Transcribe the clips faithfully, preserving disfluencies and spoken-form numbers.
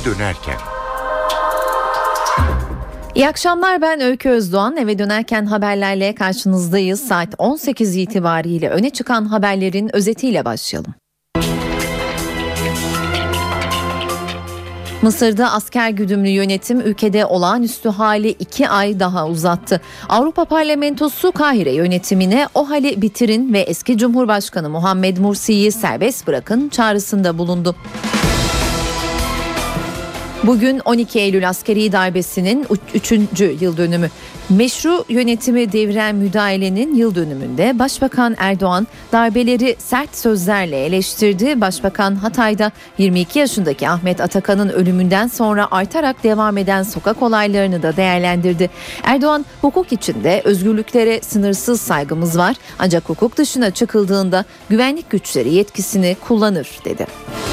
dönerken. İyi akşamlar, ben Öykü Özdoğan. Eve dönerken haberlerle karşınızdayız. Saat on sekiz itibariyle öne çıkan haberlerin özetiyle başlayalım. Mısır'da asker güdümlü yönetim ülkede olağanüstü hali iki ay daha uzattı. Avrupa Parlamentosu Kahire yönetimine o hali bitirin ve eski Cumhurbaşkanı Muhammed Mursi'yi serbest bırakın çağrısında bulundu. Bugün on iki Eylül askeri darbesinin üçüncü yıl dönümü. Meşru yönetimi deviren müdahalenin yıl dönümünde Başbakan Erdoğan darbeleri sert sözlerle eleştirdi. Başbakan Hatay'da yirmi iki yaşındaki Ahmet Atakan'ın ölümünden sonra artarak devam eden sokak olaylarını da değerlendirdi. Erdoğan, hukuk içinde özgürlüklere sınırsız saygımız var, ancak hukuk dışına çıkıldığında güvenlik güçleri yetkisini kullanır dedi.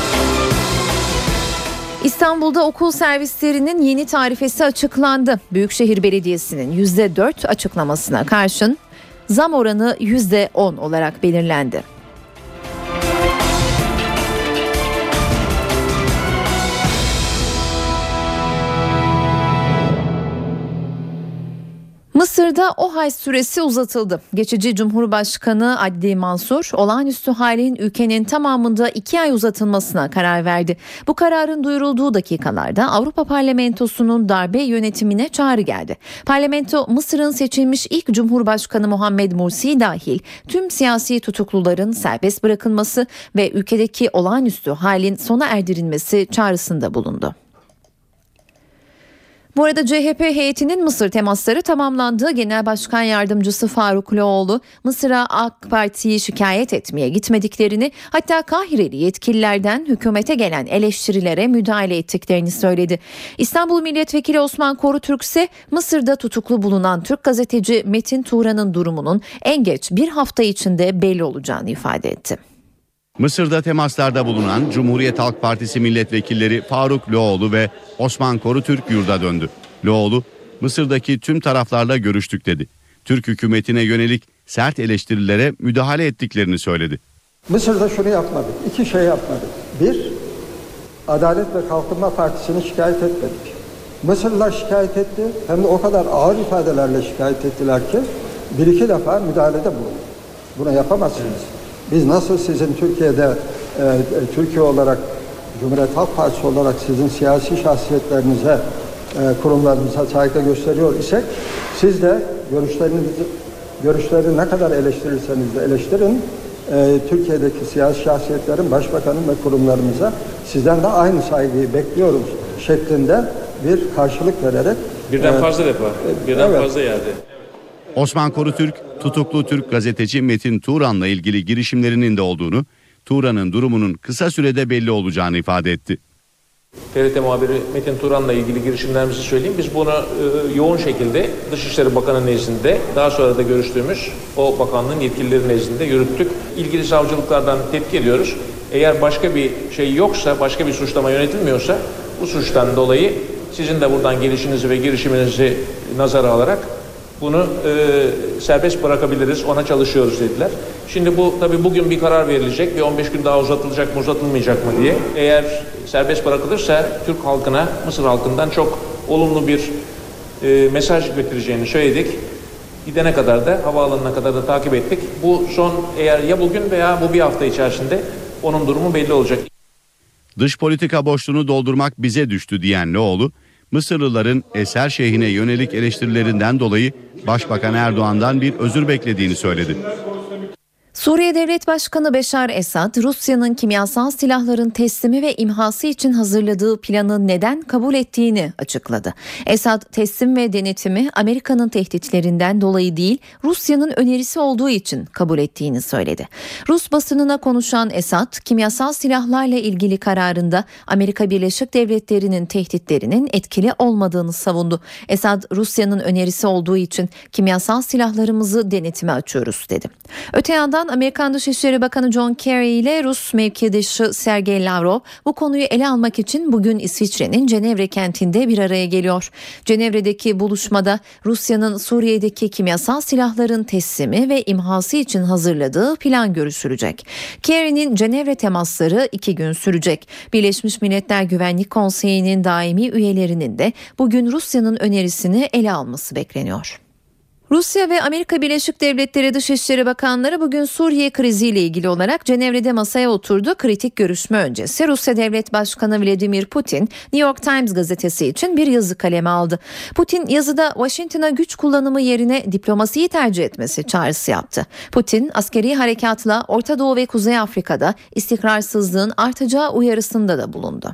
İstanbul'da okul servislerinin yeni tarifesi açıklandı. Büyükşehir Belediyesi'nin yüzde dört açıklamasına karşın zam oranı yüzde on olarak belirlendi. Mısır'da OHAL süresi uzatıldı. Geçici Cumhurbaşkanı Adli Mansur, olağanüstü halin ülkenin tamamında iki ay uzatılmasına karar verdi. Bu kararın duyurulduğu dakikalarda Avrupa Parlamentosu'nun darbe yönetimine çağrı geldi. Parlamento, Mısır'ın seçilmiş ilk Cumhurbaşkanı Muhammed Mursi dahil tüm siyasi tutukluların serbest bırakılması ve ülkedeki olağanüstü halin sona erdirilmesi çağrısında bulundu. Bu arada C H P heyetinin Mısır temasları tamamlandı. Genel Başkan Yardımcısı Faruk Loğlu, Mısır'a AK Parti'yi şikayet etmeye gitmediklerini, hatta Kahireli yetkililerden hükümete gelen eleştirilere müdahale ettiklerini söyledi. İstanbul Milletvekili Osman Korutürk ise Mısır'da tutuklu bulunan Türk gazeteci Metin Turan'ın durumunun en geç bir hafta içinde belli olacağını ifade etti. Mısır'da temaslarda bulunan Cumhuriyet Halk Partisi milletvekilleri Faruk Loğlu ve Osman Korutürk yurda döndü. Loğlu, Mısır'daki tüm taraflarla görüştük dedi. Türk hükümetine yönelik sert eleştirilere müdahale ettiklerini söyledi. Mısır'da şunu yapmadık, iki şey yapmadık. Bir, Adalet ve Kalkınma Partisi'ni şikayet etmedik. Mısırlılar şikayet etti, hem de o kadar ağır ifadelerle şikayet ettiler ki bir iki defa müdahalede bulundu. Bunu yapamazsınız. Biz nasıl sizin Türkiye'de e, Türkiye olarak, Cumhuriyet Halk Partisi olarak sizin siyasi şahsiyetlerinize, e, kurumlarınıza saygı gösteriyor isek, siz de görüşlerinizi, görüşleri ne kadar eleştirirseniz de eleştirin, e, Türkiye'deki siyasi şahsiyetlerin, başbakanın ve kurumlarımıza sizden de aynı saygıyı bekliyoruz şeklinde bir karşılık vererek. Birden e, fazla defa, birden evet. fazla yerde. Osman Korutürk, tutuklu Türk gazeteci Metin Turan'la ilgili girişimlerinin de olduğunu, Turan'ın durumunun kısa sürede belli olacağını ifade etti. T R T muhabiri Metin Turan'la ilgili girişimlerimizi söyleyeyim. Biz bunu e, yoğun şekilde Dışişleri Bakanı nezdinde, daha sonra da görüştüğümüz o bakanlığın yetkilileri nezdinde yürüttük. İlgili savcılıklardan tepki ediyoruz. Eğer başka bir şey yoksa, başka bir suçlama yönetilmiyorsa, bu suçtan dolayı sizin de buradan gelişinizi ve girişiminizi nazara alarak bunu e, serbest bırakabiliriz, ona çalışıyoruz dediler. Şimdi bu tabii bugün bir karar verilecek, bir on beş gün daha uzatılacak mı uzatılmayacak mı diye. Eğer serbest bırakılırsa Türk halkına, Mısır halkından çok olumlu bir e, mesaj götüreceğini söyledik. Gidene kadar da, havaalanına kadar da takip ettik. Bu son, eğer ya bugün veya bu bir hafta içerisinde onun durumu belli olacak. Dış politika boşluğunu doldurmak bize düştü diyen Loğlu, Mısırlıların Eser Şeyh'ine yönelik eleştirilerinden dolayı Başbakan Erdoğan'dan bir özür beklediğini söyledi. Suriye Devlet Başkanı Beşar Esad, Rusya'nın kimyasal silahların teslimi ve imhası için hazırladığı planı neden kabul ettiğini açıkladı. Esad, teslim ve denetimi Amerika'nın tehditlerinden dolayı değil, Rusya'nın önerisi olduğu için kabul ettiğini söyledi. Rus basınına konuşan Esad, kimyasal silahlarla ilgili kararında Amerika Birleşik Devletleri'nin tehditlerinin etkili olmadığını savundu. Esad, Rusya'nın önerisi olduğu için kimyasal silahlarımızı denetime açıyoruz dedi. Öte yandan Amerikan Dışişleri Bakanı John Kerry ile Rus mevkidaşı Sergey Lavrov bu konuyu ele almak için bugün İsviçre'nin Cenevre kentinde bir araya geliyor. Cenevre'deki buluşmada Rusya'nın Suriye'deki kimyasal silahların teslimi ve imhası için hazırladığı plan görüşülecek. Kerry'nin Cenevre temasları iki gün sürecek. Birleşmiş Milletler Güvenlik Konseyi'nin daimi üyelerinin de bugün Rusya'nın önerisini ele alması bekleniyor. Rusya ve Amerika Birleşik Devletleri Dışişleri Bakanları bugün Suriye kriziyle ilgili olarak Cenevre'de masaya oturdu. Kritik görüşme öncesi Rusya Devlet Başkanı Vladimir Putin New York Times gazetesi için bir yazı kaleme aldı. Putin yazıda Washington'a güç kullanımı yerine diplomasiyi tercih etmesi çağrısı yaptı. Putin askeri harekatla Orta Doğu ve Kuzey Afrika'da istikrarsızlığın artacağı uyarısında da bulundu.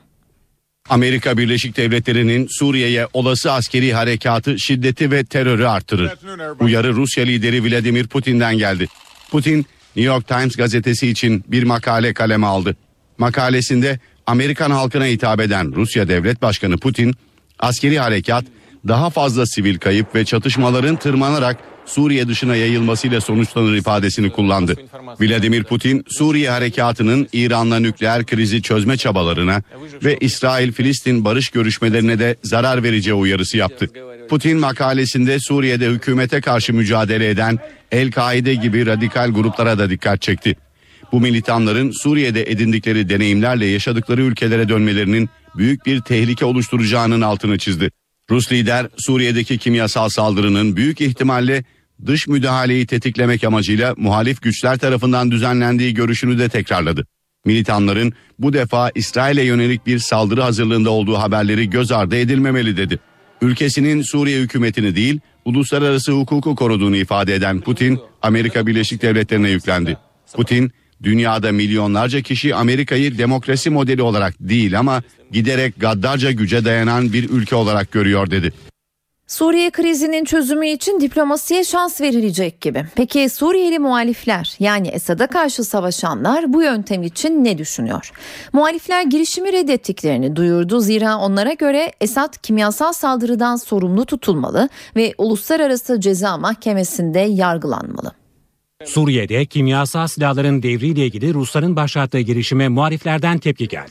Amerika Birleşik Devletleri'nin Suriye'ye olası askeri harekatı şiddeti ve terörü artırır. Uyarı Rusya lideri Vladimir Putin'den geldi. Putin New York Times gazetesi için bir makale kaleme aldı. Makalesinde Amerikan halkına hitap eden Rusya Devlet Başkanı Putin, askeri harekat daha fazla sivil kayıp ve çatışmaların tırmanarak Suriye dışına yayılmasıyla sonuçlanır ifadesini kullandı. Vladimir Putin, Suriye harekatının İran'la nükleer krizi çözme çabalarına ve İsrail-Filistin barış görüşmelerine de zarar vereceği uyarısı yaptı. Putin makalesinde Suriye'de hükümete karşı mücadele eden El-Kaide gibi radikal gruplara da dikkat çekti. Bu militanların Suriye'de edindikleri deneyimlerle yaşadıkları ülkelere dönmelerinin büyük bir tehlike oluşturacağının altını çizdi. Rus lider Suriye'deki kimyasal saldırının büyük ihtimalle dış müdahaleyi tetiklemek amacıyla muhalif güçler tarafından düzenlendiği görüşünü de tekrarladı. Militanların bu defa İsrail'e yönelik bir saldırı hazırlığında olduğu haberleri göz ardı edilmemeli dedi. Ülkesinin Suriye hükümetini değil, uluslararası hukuku koruduğunu ifade eden Putin, Amerika Birleşik Devletleri'ne yüklendi. Putin, dünyada milyonlarca kişi Amerika'yı demokrasi modeli olarak değil ama giderek gaddarca güce dayanan bir ülke olarak görüyor dedi. Suriye krizinin çözümü için diplomasiye şans verilecek gibi. Peki Suriyeli muhalifler, yani Esad'a karşı savaşanlar bu yöntem için ne düşünüyor? Muhalifler girişimi reddettiklerini duyurdu. Zira onlara göre Esad kimyasal saldırıdan sorumlu tutulmalı ve Uluslararası Ceza Mahkemesi'nde yargılanmalı. Suriye'de kimyasal silahların devriyle ilgili Rusların başlattığı girişime muhaliflerden tepki geldi.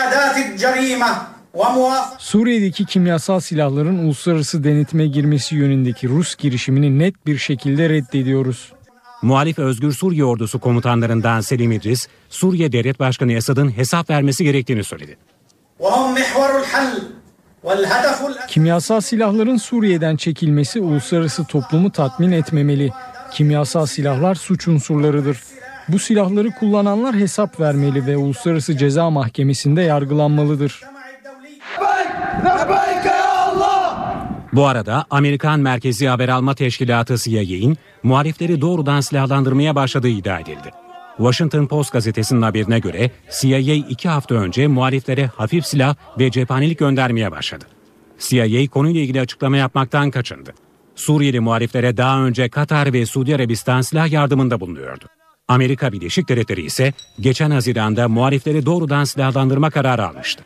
Suriye'deki kimyasal silahların uluslararası denetime girmesi yönündeki Rus girişimini net bir şekilde reddediyoruz. Muhalif Özgür Suriye Ordusu komutanlarından Selim İdris, Suriye Devlet Başkanı Esad'ın hesap vermesi gerektiğini söyledi. Kimyasal silahların Suriye'den çekilmesi uluslararası toplumu tatmin etmemeli. Kimyasal silahlar suç unsurlarıdır. Bu silahları kullananlar hesap vermeli ve Uluslararası Ceza Mahkemesi'nde yargılanmalıdır. Bu arada Amerikan Merkezi Haber Alma Teşkilatı C I A'nin muhalifleri doğrudan silahlandırmaya başladığı iddia edildi. Washington Post gazetesinin haberine göre C I A iki hafta önce muhaliflere hafif silah ve cephanelik göndermeye başladı. C I A konuyla ilgili açıklama yapmaktan kaçındı. Suriyeli muhaliflere daha önce Katar ve Suudi Arabistan silah yardımında bulunuyordu. Amerika Birleşik Devletleri ise geçen Haziran'da muhalifleri doğrudan silahlandırma kararı almıştı.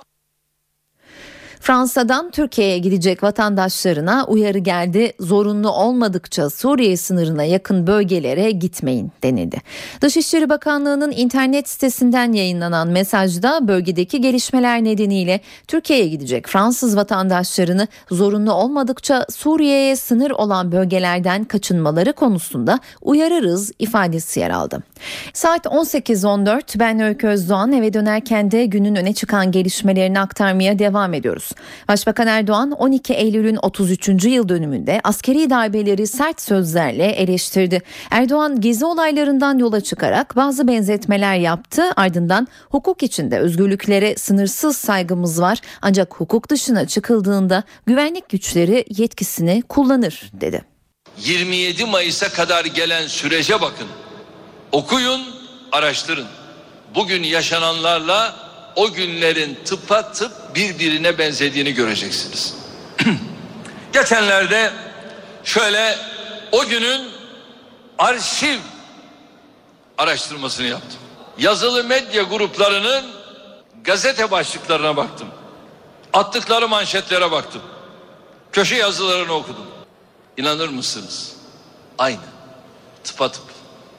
Fransa'dan Türkiye'ye gidecek vatandaşlarına uyarı geldi. Zorunlu olmadıkça Suriye sınırına yakın bölgelere gitmeyin denildi. Dışişleri Bakanlığı'nın internet sitesinden yayınlanan mesajda bölgedeki gelişmeler nedeniyle Türkiye'ye gidecek Fransız vatandaşlarını zorunlu olmadıkça Suriye'ye sınır olan bölgelerden kaçınmaları konusunda uyarırız ifadesi yer aldı. Saat on sekiz on dört, ben Öykü Özdoğan, eve dönerken de günün öne çıkan gelişmelerini aktarmaya devam ediyoruz. Başbakan Erdoğan on iki Eylül'ün otuz üçüncü yıl dönümünde askeri darbeleri sert sözlerle eleştirdi. Erdoğan gezi olaylarından yola çıkarak bazı benzetmeler yaptı. Ardından hukuk içinde özgürlüklere sınırsız saygımız var, ancak hukuk dışına çıkıldığında güvenlik güçleri yetkisini kullanır dedi. yirmi yedi Mayıs'a kadar gelen sürece bakın. Okuyun, araştırın. Bugün yaşananlarla o günlerin tıpatıp birbirine benzediğini göreceksiniz. Geçenlerde şöyle o günün arşiv araştırmasını yaptım. Yazılı medya gruplarının gazete başlıklarına baktım. Attıkları manşetlere baktım. Köşe yazılarını okudum. İnanır mısınız? Aynı. Tıpatıp.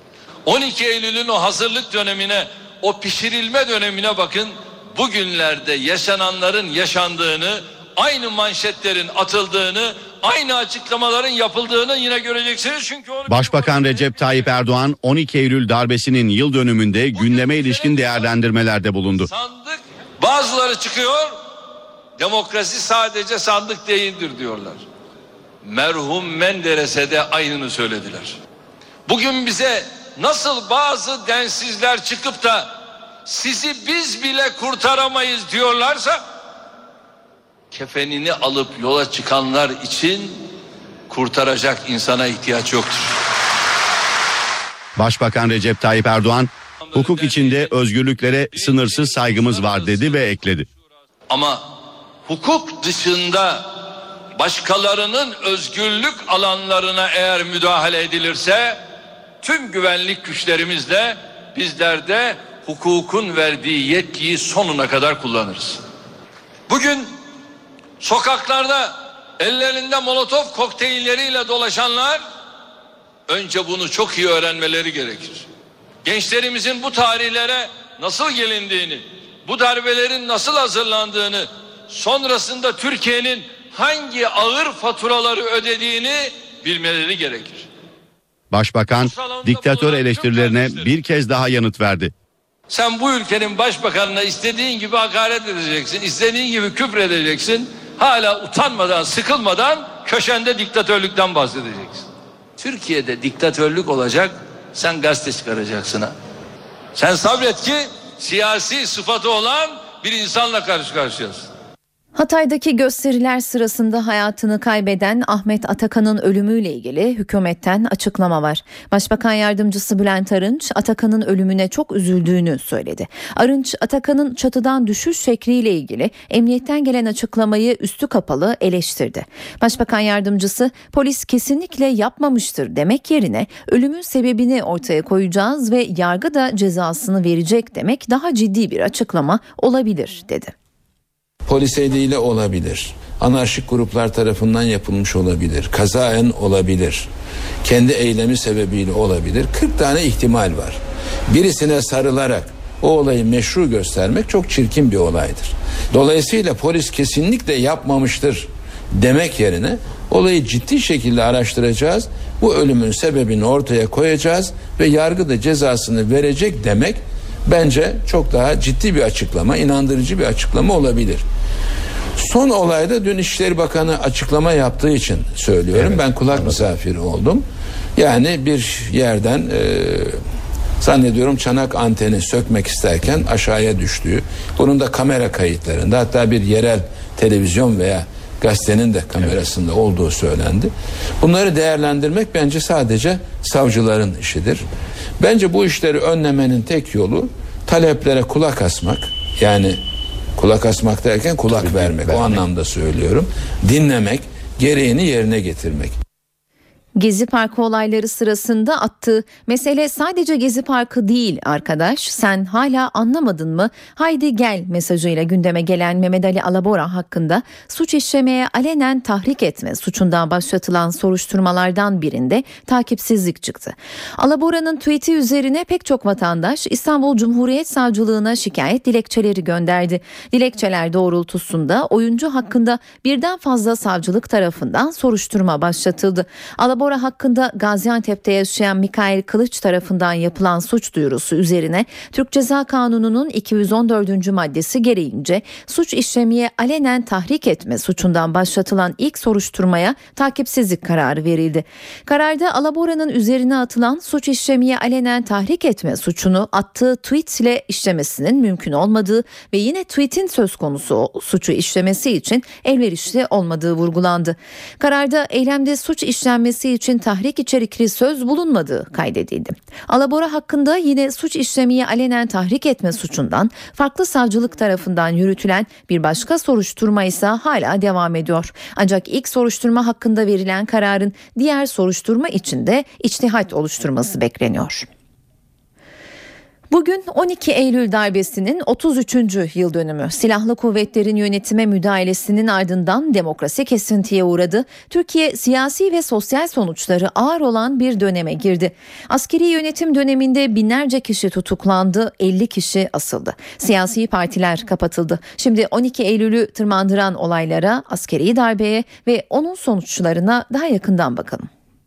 on iki Eylül'ün o hazırlık dönemine, o pişirilme dönemine bakın. Bugünlerde yaşananların yaşandığını, aynı manşetlerin atıldığını, aynı açıklamaların yapıldığını yine göreceksiniz. Çünkü onu... Başbakan Recep Tayyip Erdoğan on iki Eylül darbesinin yıl dönümünde gündeme ilişkin değerlendirmelerde bulundu. Sandık, bazıları çıkıyor, demokrasi sadece sandık değildir diyorlar. Merhum Menderes'e de aynını söylediler. Bugün bize nasıl bazı densizler çıkıp da sizi biz bile kurtaramayız diyorlarsa, kefenini alıp yola çıkanlar için kurtaracak insana ihtiyaç yoktur. Başbakan Recep Tayyip Erdoğan, hukuk içinde özgürlüklere sınırsız saygımız var dedi ve ekledi. Ama hukuk dışında başkalarının özgürlük alanlarına eğer müdahale edilirse, tüm güvenlik güçlerimizle bizler de hukukun verdiği yetkiyi sonuna kadar kullanırız. Bugün sokaklarda ellerinde molotof kokteylleriyle dolaşanlar önce bunu çok iyi öğrenmeleri gerekir. Gençlerimizin bu tarihlere nasıl gelindiğini, bu darbelerin nasıl hazırlandığını, sonrasında Türkiye'nin hangi ağır faturaları ödediğini bilmeleri gerekir. Başbakan diktatör eleştirilerine bir kez daha yanıt verdi. Sen bu ülkenin başbakanına istediğin gibi hakaret edeceksin, istediğin gibi küfredeceksin. Hala utanmadan, sıkılmadan köşende diktatörlükten bahsedeceksin. Türkiye'de diktatörlük olacak, sen gazete çıkaracaksın ha. Sen sabret ki siyasi sıfatı olan bir insanla karşı karşıyasın. Hatay'daki gösteriler sırasında hayatını kaybeden Ahmet Atakan'ın ölümüyle ilgili hükümetten açıklama var. Başbakan Yardımcısı Bülent Arınç, Atakan'ın ölümüne çok üzüldüğünü söyledi. Arınç, Atakan'ın çatıdan düşüş şekliyle ilgili emniyetten gelen açıklamayı üstü kapalı eleştirdi. Başbakan Yardımcısı, polis kesinlikle yapmamıştır demek yerine ölümün sebebini ortaya koyacağız ve yargı da cezasını verecek demek daha ciddi bir açıklama olabilir dedi. Polis eliyle olabilir, anarşik gruplar tarafından yapılmış olabilir, kazaen olabilir, kendi eylemi sebebiyle olabilir. kırk tane ihtimal var. Birisine sarılarak o olayı meşru göstermek çok çirkin bir olaydır. Dolayısıyla polis kesinlikle yapmamıştır demek yerine olayı ciddi şekilde araştıracağız, bu ölümün sebebini ortaya koyacağız ve yargı da cezasını verecek demek bence çok daha ciddi bir açıklama, inandırıcı bir açıklama olabilir. Son olayda dün İçişleri Bakanı açıklama yaptığı için söylüyorum. Evet, ben kulak anladım. misafiri oldum. Yani bir yerden e, zannediyorum çanak anteni sökmek isterken aşağıya düştüğü, bunun da kamera kayıtlarında, hatta bir yerel televizyon veya gazetenin de kamerasında evet. olduğu söylendi. Bunları değerlendirmek bence sadece savcıların işidir. Bence bu işleri önlemenin tek yolu taleplere kulak asmak. Yani kulak asmak derken kulak Tabii vermek. vermek. O anlamda söylüyorum. Dinlemek, gereğini yerine getirmek. Gezi Parkı olayları sırasında attığı mesele sadece Gezi Parkı değil arkadaş, sen hala anlamadın mı? Haydi gel mesajıyla gündeme gelen Mehmet Ali Alabora hakkında suç işlemeye alenen tahrik etme suçundan başlatılan soruşturmalardan birinde takipsizlik çıktı. Alabora'nın tweet'i üzerine pek çok vatandaş İstanbul Cumhuriyet Savcılığına şikayet dilekçeleri gönderdi. Dilekçeler doğrultusunda oyuncu hakkında birden fazla savcılık tarafından soruşturma başlatıldı. Alabora Bora hakkında Gaziantep'te yaşayan Mikail Kılıç tarafından yapılan suç duyurusu üzerine Türk Ceza Kanunu'nun iki yüz on dördüncü maddesi gereğince suç işlemeye alenen tahrik etme suçundan başlatılan ilk soruşturmaya takipsizlik kararı verildi. Kararda Alabora'nın üzerine atılan suç işlemeye alenen tahrik etme suçunu attığı tweet ile işlemesinin mümkün olmadığı ve yine tweetin söz konusu suçu işlemesi için elverişli olmadığı vurgulandı. Kararda eylemde suç işlenmesi için tahrik içerikli söz bulunmadığı kaydedildi. Alabora hakkında yine suç işlemeye alenen tahrik etme suçundan farklı savcılık tarafından yürütülen bir başka soruşturma ise hala devam ediyor. Ancak ilk soruşturma hakkında verilen kararın diğer soruşturma için de içtihat oluşturması bekleniyor. Bugün on iki Eylül darbesinin otuz üçüncü yıl dönümü. Silahlı kuvvetlerin yönetime müdahalesinin ardından demokrasi kesintiye uğradı. Türkiye siyasi ve sosyal sonuçları ağır olan bir döneme girdi. Askeri yönetim döneminde binlerce kişi tutuklandı, elli kişi asıldı. Siyasi partiler kapatıldı. Şimdi on iki Eylül'ü tırmandıran olaylara, askeri darbeye ve onun sonuçlarına daha yakından bakalım.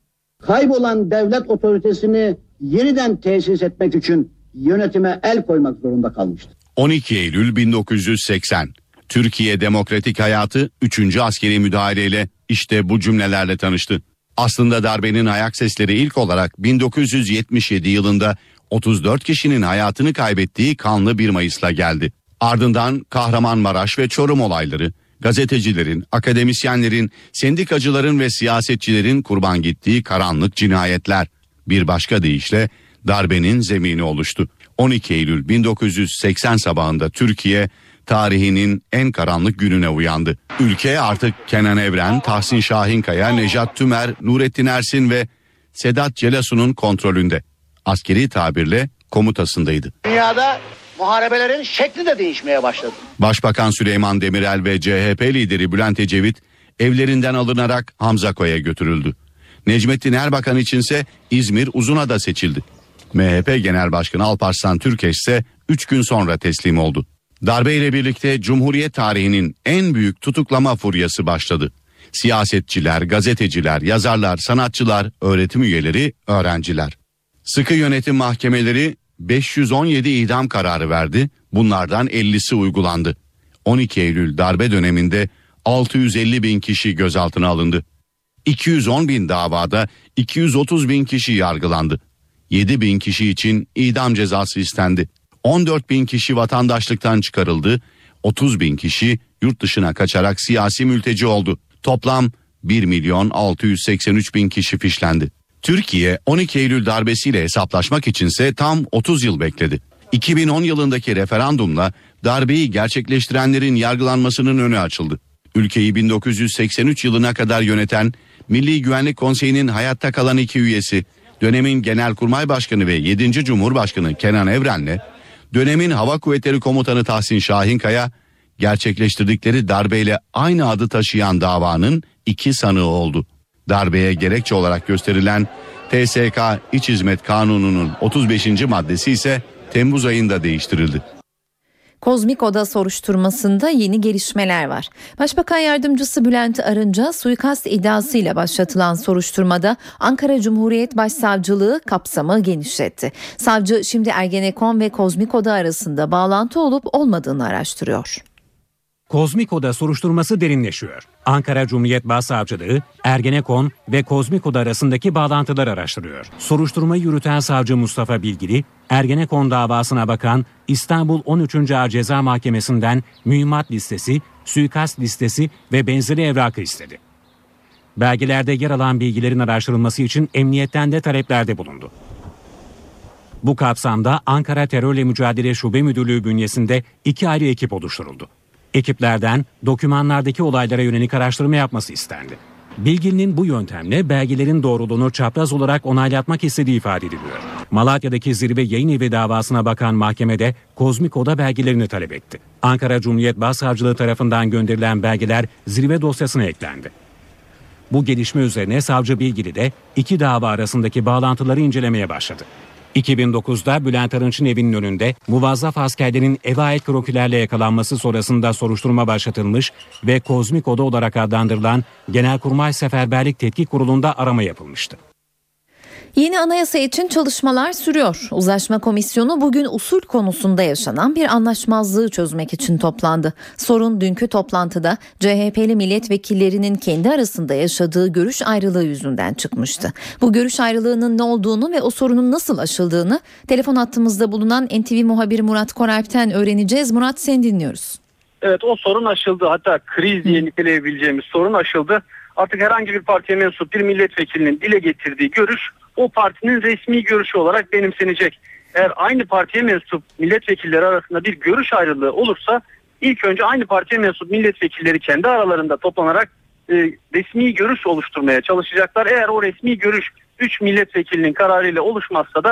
Kaybolan devlet otoritesini yeniden tesis etmek için yönetime el koymak zorunda kalmıştı. on iki Eylül bin dokuz yüz seksen. Türkiye demokratik hayatı üçüncü askeri müdahaleyle işte bu cümlelerle tanıştı. Aslında darbenin ayak sesleri ilk olarak bin dokuz yüz yetmiş yedi yılında otuz dört kişinin hayatını kaybettiği kanlı bir Mayıs'la geldi. Ardından Kahramanmaraş ve Çorum olayları, gazetecilerin, akademisyenlerin, sendikacıların ve siyasetçilerin kurban gittiği karanlık cinayetler. Bir başka deyişle darbenin zemini oluştu. on iki Eylül bin dokuz yüz seksen sabahında Türkiye tarihinin en karanlık gününe uyandı. Ülke artık Kenan Evren, Tahsin Şahinkaya, Nejat Tümer, Nurettin Ersin ve Sedat Celasu'nun kontrolünde. Askeri tabirle komutasındaydı. Dünyada muharebelerin şekli de değişmeye başladı. Başbakan Süleyman Demirel ve C H P lideri Bülent Ecevit evlerinden alınarak Hamzakoy'a götürüldü. Necmettin Erbakan içinse İzmir Uzunada seçildi. M H P Genel Başkanı Alparslan Türkeş ise üç gün sonra teslim oldu. Darbeyle birlikte Cumhuriyet tarihinin en büyük tutuklama furyası başladı. Siyasetçiler, gazeteciler, yazarlar, sanatçılar, öğretim üyeleri, öğrenciler. Sıkı yönetim mahkemeleri beş yüz on yedi idam kararı verdi. Bunlardan ellisi uygulandı. on iki Eylül darbe döneminde altı yüz elli bin kişi gözaltına alındı. iki yüz on bin davada iki yüz otuz bin kişi yargılandı. yedi bin kişi için idam cezası istendi. on dört bin kişi vatandaşlıktan çıkarıldı. otuz bin kişi yurt dışına kaçarak siyasi mülteci oldu. Toplam bir milyon altı yüz seksen üç bin kişi fişlendi. Türkiye on iki Eylül darbesiyle hesaplaşmak içinse tam otuz yıl bekledi. iki bin on yılındaki referandumla darbeyi gerçekleştirenlerin yargılanmasının önü açıldı. Ülkeyi bin dokuz yüz seksen üç yılına kadar yöneten Milli Güvenlik Konseyi'nin hayatta kalan iki üyesi, dönemin Genelkurmay Başkanı ve yedinci Cumhurbaşkanı Kenan Evren'le dönemin Hava Kuvvetleri Komutanı Tahsin Şahinkaya gerçekleştirdikleri darbeyle aynı adı taşıyan davanın iki sanığı oldu. Darbeye gerekçe olarak gösterilen T S K İç Hizmet Kanunu'nun otuz beşinci maddesi ise Temmuz ayında değiştirildi. Kozmik Oda soruşturmasında yeni gelişmeler var. Başbakan Yardımcısı Bülent Arınç'a suikast iddiasıyla başlatılan soruşturmada Ankara Cumhuriyet Başsavcılığı kapsamı genişletti. Savcı şimdi Ergenekon ve Kozmik Oda arasında bağlantı olup olmadığını araştırıyor. Kozmik Oda soruşturması derinleşiyor. Ankara Cumhuriyet Başsavcılığı, Ergenekon ve Kozmik Oda arasındaki bağlantıları araştırıyor. Soruşturmayı yürüten savcı Mustafa Bilgili, Ergenekon davasına bakan İstanbul on üçüncü Ağır Ceza Mahkemesi'nden mühimmat listesi, suikast listesi ve benzeri evrakı istedi. Belgelerde yer alan bilgilerin araştırılması için emniyetten de taleplerde bulundu. Bu kapsamda Ankara Terörle Mücadele Şube Müdürlüğü bünyesinde iki ayrı ekip oluşturuldu. Ekiplerden dokümanlardaki olaylara yönelik araştırma yapması istendi. Bilginin bu yöntemle belgelerin doğruluğunu çapraz olarak onaylatmak istediği ifade ediliyor. Malatya'daki Zirve Yayın Evi davasına bakan mahkemede Kozmik Oda belgelerini talep etti. Ankara Cumhuriyet Başsavcılığı tarafından gönderilen belgeler zirve dosyasına eklendi. Bu gelişme üzerine savcı Bilgili de iki dava arasındaki bağlantıları incelemeye başladı. iki bin dokuzda Bülent Arınç'ın evinin önünde muvazzaf askerlerin eve ait krokilerle yakalanması sonrasında soruşturma başlatılmış ve Kozmik Oda olarak adlandırılan Genelkurmay Seferberlik Tetkik Kurulu'nda arama yapılmıştı. Yeni anayasa için çalışmalar sürüyor. Uzlaşma Komisyonu bugün usul konusunda yaşanan bir anlaşmazlığı çözmek için toplandı. Sorun dünkü toplantıda C H P'li milletvekillerinin kendi arasında yaşadığı görüş ayrılığı yüzünden çıkmıştı. Bu görüş ayrılığının ne olduğunu ve o sorunun nasıl aşıldığını telefon hattımızda bulunan N T V muhabiri Murat Koralp'ten öğreneceğiz. Murat, seni dinliyoruz. Evet, o sorun aşıldı. Hatta kriz diye niteleyebileceğimiz sorun aşıldı. Artık herhangi bir partiye mensup bir milletvekilinin dile getirdiği görüş o partinin resmi görüşü olarak benimsenecek. Eğer aynı partiye mensup milletvekilleri arasında bir görüş ayrılığı olursa ilk önce aynı partiye mensup milletvekilleri kendi aralarında toplanarak e, resmi görüş oluşturmaya çalışacaklar. Eğer o resmi görüş üç milletvekilinin kararıyla oluşmazsa da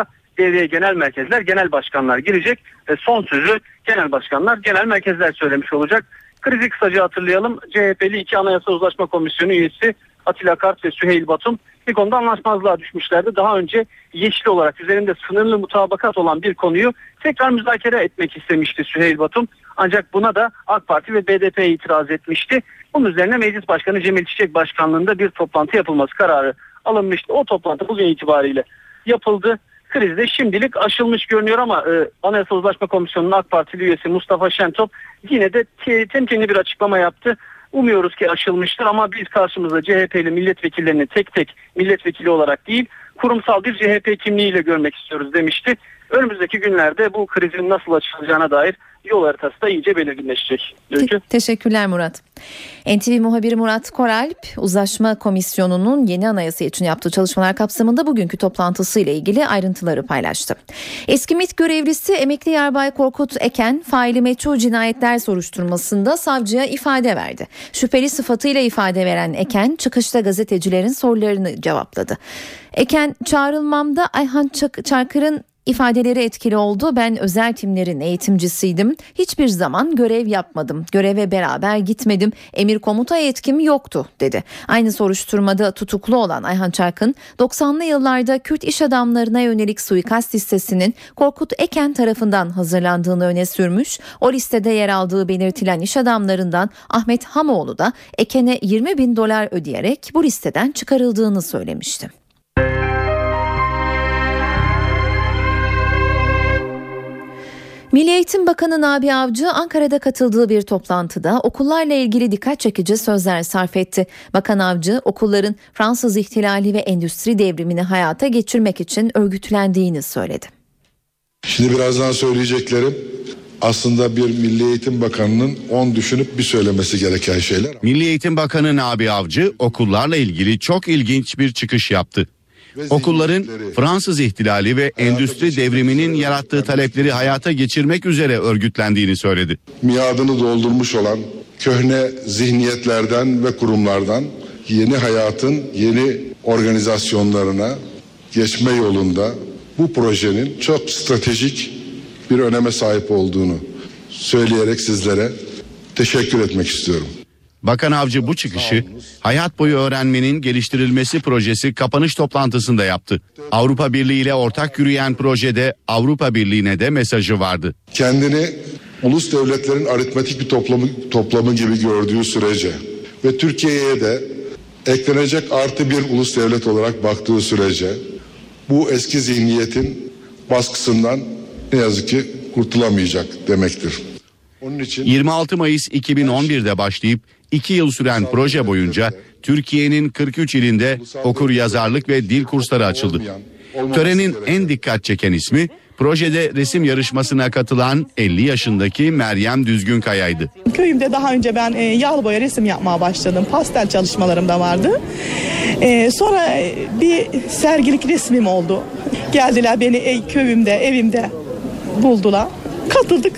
devreye genel merkezler, genel başkanlar girecek ve son sözü genel başkanlar, genel merkezler söylemiş olacak. Krizi kısaca hatırlayalım. C H P'li iki Anayasa Uzlaşma Komisyonu üyesi Atilla Kart ve Süheyl Batum bir konuda anlaşmazlığa düşmüşlerdi. Daha önce yeşil olarak üzerinde sınırlı mutabakat olan bir konuyu tekrar müzakere etmek istemişti Süheyl Batum. Ancak buna da AK Parti ve B D P itiraz etmişti. Bunun üzerine Meclis Başkanı Cemil Çiçek Başkanlığı'nda bir toplantı yapılması kararı alınmıştı. O toplantı bugün itibariyle yapıldı. Kriz de şimdilik aşılmış görünüyor ama e, Anayasa Uzlaşma Komisyonu'nun AK Partili üyesi Mustafa Şentop yine de te- temkinli bir açıklama yaptı. Umuyoruz ki aşılmıştır ama biz karşımızda C H P'li milletvekillerini tek tek milletvekili olarak değil, kurumsal bir C H P kimliğiyle görmek istiyoruz demişti. Önümüzdeki günlerde bu krizin nasıl açılacağına dair yol haritası da iyice belirginleşecek. Te- teşekkürler Murat. N T V muhabiri Murat Koralp, Uzlaşma Komisyonu'nun yeni anayasa için yaptığı çalışmalar kapsamında bugünkü toplantısı ile ilgili ayrıntıları paylaştı. Eski MİT görevlisi emekli yarbay Korkut Eken, faili meçhul cinayetler soruşturmasında savcıya ifade verdi. Şüpheli sıfatıyla ifade veren Eken, çıkışta gazetecilerin sorularını cevapladı. Eken, çağrılmamda Ayhan Çakır'ın İfadeleri etkili oldu. Ben özel timlerin eğitimcisiydim. Hiçbir zaman görev yapmadım. Göreve beraber gitmedim. Emir komuta yetkim yoktu dedi. Aynı soruşturmada tutuklu olan Ayhan Çark'ın doksanlı yıllarda Kürt iş adamlarına yönelik suikast listesinin Korkut Eken tarafından hazırlandığını öne sürmüş. O listede yer aldığı belirtilen iş adamlarından Ahmet Hamoğlu da Eken'e yirmi bin dolar ödeyerek bu listeden çıkarıldığını söylemişti. Milli Eğitim Bakanı Nabi Avcı Ankara'da katıldığı bir toplantıda okullarla ilgili dikkat çekici sözler sarf etti. Bakan Avcı okulların Fransız ihtilali ve endüstri devrimini hayata geçirmek için örgütlendiğini söyledi. Şimdi birazdan söyleyeceklerim aslında bir Milli Eğitim Bakanı'nın on düşünüp bir söylemesi gereken şeyler. Milli Eğitim Bakanı Nabi Avcı okullarla ilgili çok ilginç bir çıkış yaptı. Okulların Fransız ihtilali ve endüstri devriminin yarattığı talepleri hayata geçirmek üzere örgütlendiğini söyledi. Miadını doldurmuş olan köhne zihniyetlerden ve kurumlardan yeni hayatın yeni organizasyonlarına geçme yolunda bu projenin çok stratejik bir öneme sahip olduğunu söyleyerek sizlere teşekkür etmek istiyorum. Bakan Avcı bu çıkışı hayat boyu öğrenmenin geliştirilmesi projesi kapanış toplantısında yaptı. Avrupa Birliği ile ortak yürüyen projede Avrupa Birliği'ne de mesajı vardı. Kendini ulus devletlerin aritmetik bir toplamı, toplamı gibi gördüğü sürece ve Türkiye'ye de eklenecek artı bir ulus devlet olarak baktığı sürece bu eski zihniyetin baskısından ne yazık ki kurtulamayacak demektir. Onun için yirmi altı Mayıs iki bin on bir'de başlayıp iki yıl süren proje boyunca Türkiye'nin kırk üç ilinde okur yazarlık ve dil kursları açıldı. Törenin en dikkat çeken ismi projede resim yarışmasına katılan elli yaşındaki Meryem Düzgünkaya'ydı. Köyümde daha önce ben e, yağlı boya resim yapmaya başladım. Pastel çalışmalarım da vardı. E, sonra bir sergilik resmim oldu. Geldiler beni e, köyümde, evimde buldular. Katıldık.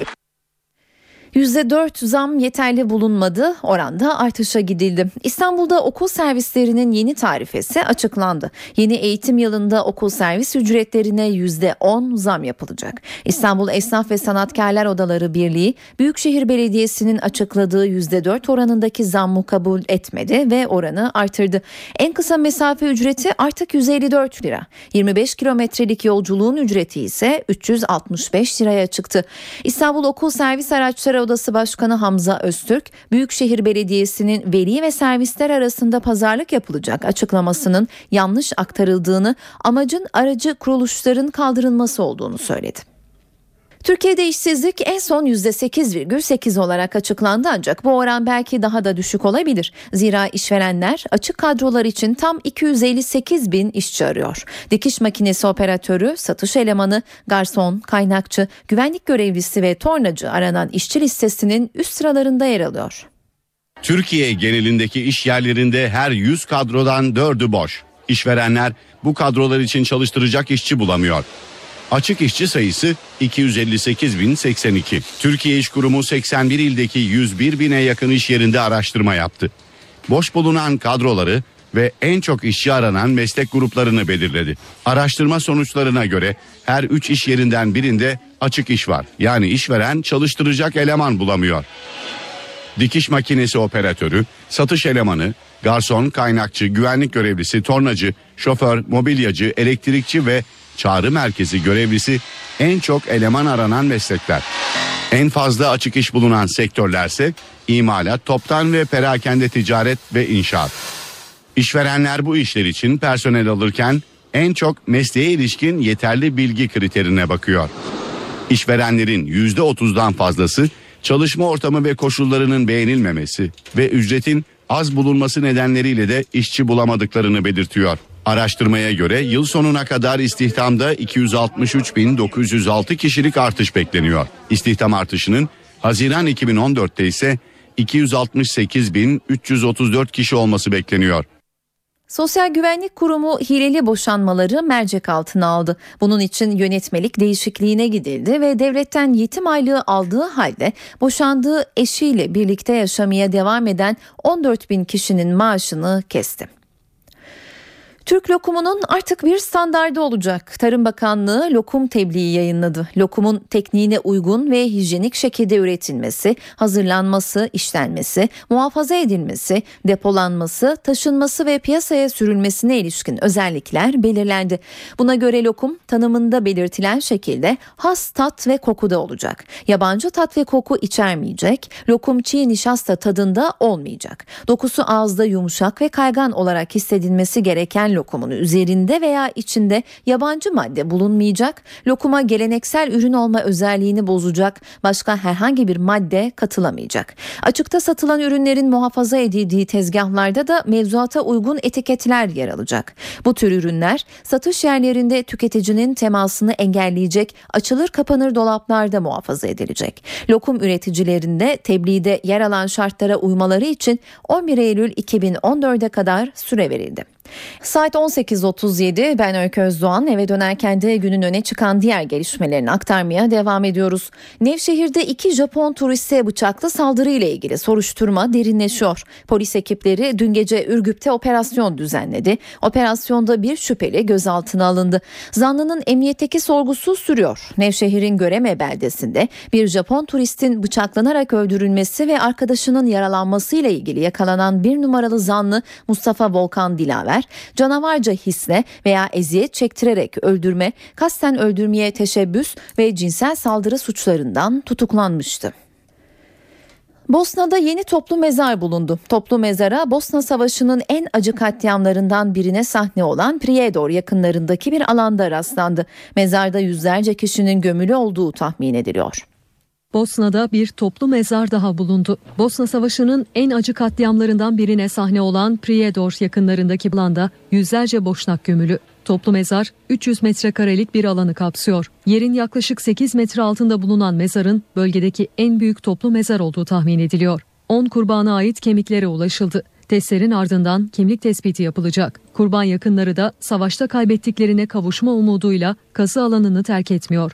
yüzde dört zam yeterli bulunmadı, oranda artışa gidildi. İstanbul'da okul servislerinin yeni tarifesi açıklandı. Yeni eğitim yılında okul servis ücretlerine yüzde on zam yapılacak. İstanbul Esnaf ve Sanatkarlar Odaları Birliği, Büyükşehir Belediyesi'nin açıkladığı yüzde dört oranındaki zammı kabul etmedi ve oranı artırdı. En kısa mesafe ücreti artık yüz elli dört lira. yirmi beş kilometrelik yolculuğun ücreti ise üç yüz altmış beş liraya çıktı. İstanbul Okul Servis Araçları Odası Başkanı Hamza Öztürk, Büyükşehir Belediyesi'nin veli ve servisler arasında pazarlık yapılacak açıklamasının yanlış aktarıldığını, amacın aracı kuruluşların kaldırılması olduğunu söyledi. Türkiye'de işsizlik en son yüzde sekiz virgül sekiz olarak açıklandı ancak bu oran belki daha da düşük olabilir. Zira işverenler açık kadrolar için tam iki yüz elli sekiz bin işçi arıyor. Dikiş makinesi operatörü, satış elemanı, garson, kaynakçı, güvenlik görevlisi ve tornacı aranan işçi listesinin üst sıralarında yer alıyor. Türkiye genelindeki iş yerlerinde her yüz kadrodan dördü boş. İşverenler bu kadrolar için çalıştıracak işçi bulamıyor. Açık işçi sayısı iki yüz elli sekiz bin seksen iki. Türkiye İş Kurumu seksen bir ildeki yüz bir bine yakın iş yerinde araştırma yaptı. Boş bulunan kadroları ve en çok işçi aranan meslek gruplarını belirledi. Araştırma sonuçlarına göre her üç iş yerinden birinde açık iş var. Yani işveren çalıştıracak eleman bulamıyor. Dikiş makinesi operatörü, satış elemanı, garson, kaynakçı, güvenlik görevlisi, tornacı, şoför, mobilyacı, elektrikçi ve çağrı merkezi görevlisi en çok eleman aranan meslekler. En fazla açık iş bulunan sektörlerse imalat, toptan ve perakende ticaret ve inşaat. İşverenler bu işler için personel alırken en çok mesleğe ilişkin yeterli bilgi kriterine bakıyor. İşverenlerin yüzde otuzdan fazlası çalışma ortamı ve koşullarının beğenilmemesi ve ücretin az bulunması nedenleriyle de işçi bulamadıklarını belirtiyor. Araştırmaya göre yıl sonuna kadar istihdamda iki yüz altmış üç bin dokuz yüz altı kişilik artış bekleniyor. İstihdam artışının Haziran iki bin on dörtte ise iki yüz altmış sekiz bin üç yüz otuz dört kişi olması bekleniyor. Sosyal Güvenlik Kurumu hileli boşanmaları mercek altına aldı. Bunun için yönetmelik değişikliğine gidildi ve devletten yetim aylığı aldığı halde boşandığı eşiyle birlikte yaşamaya devam eden on dört bin kişinin maaşını kesti. Türk lokumunun artık bir standardı olacak. Tarım Bakanlığı lokum tebliği yayınladı. Lokumun tekniğine uygun ve hijyenik şekilde üretilmesi, hazırlanması, işlenmesi, muhafaza edilmesi, depolanması, taşınması ve piyasaya sürülmesine ilişkin özellikler belirlendi. Buna göre lokum tanımında belirtilen şekilde has tat ve kokuda olacak. Yabancı tat ve koku içermeyecek. Lokum çiğ nişasta tadında olmayacak. Dokusu ağızda yumuşak ve kaygan olarak hissedilmesi gereken lokumun üzerinde veya içinde yabancı madde bulunmayacak, lokuma geleneksel ürün olma özelliğini bozacak başka herhangi bir madde katılamayacak. Açıkta satılan ürünlerin muhafaza edildiği tezgahlarda da mevzuata uygun etiketler yer alacak. Bu tür ürünler satış yerlerinde tüketicinin temasını engelleyecek açılır kapanır dolaplarda muhafaza edilecek. Lokum üreticilerinde tebliğde yer alan şartlara uymaları için on bir Eylül iki bin on dörde kadar süre verildi. Saat on sekiz otuz yedi, ben Öykü Özdoğan. Eve dönerken de günün öne çıkan diğer gelişmelerini aktarmaya devam ediyoruz. Nevşehir'de iki Japon turiste bıçaklı saldırı ile ilgili soruşturma derinleşiyor. Polis ekipleri dün gece Ürgüp'te operasyon düzenledi. Operasyonda bir şüpheli gözaltına alındı. Zanlının emniyetteki sorgusu sürüyor. Nevşehir'in Göreme beldesinde bir Japon turistin bıçaklanarak öldürülmesi ve arkadaşının yaralanmasıyla ilgili yakalanan bir numaralı zanlı Mustafa Volkan Dilaver, canavarca hisle veya eziyet çektirerek öldürme, kasten öldürmeye teşebbüs ve cinsel saldırı suçlarından tutuklanmıştı. Bosna'da yeni toplu mezar bulundu. Toplu mezara Bosna Savaşı'nın en acı katliamlarından birine sahne olan Prijedor yakınlarındaki bir alanda rastlandı. Mezarda yüzlerce kişinin gömülü olduğu tahmin ediliyor. Bosna'da bir toplu mezar daha bulundu. Bosna Savaşı'nın en acı katliamlarından birine sahne olan Prijedor yakınlarındaki alanda yüzlerce Boşnak gömülü. Toplu mezar üç yüz metrekarelik bir alanı kapsıyor. Yerin yaklaşık sekiz metre altında bulunan mezarın bölgedeki en büyük toplu mezar olduğu tahmin ediliyor. on kurbana ait kemiklere ulaşıldı. Testlerin ardından kimlik tespiti yapılacak. Kurban yakınları da savaşta kaybettiklerine kavuşma umuduyla kazı alanını terk etmiyor.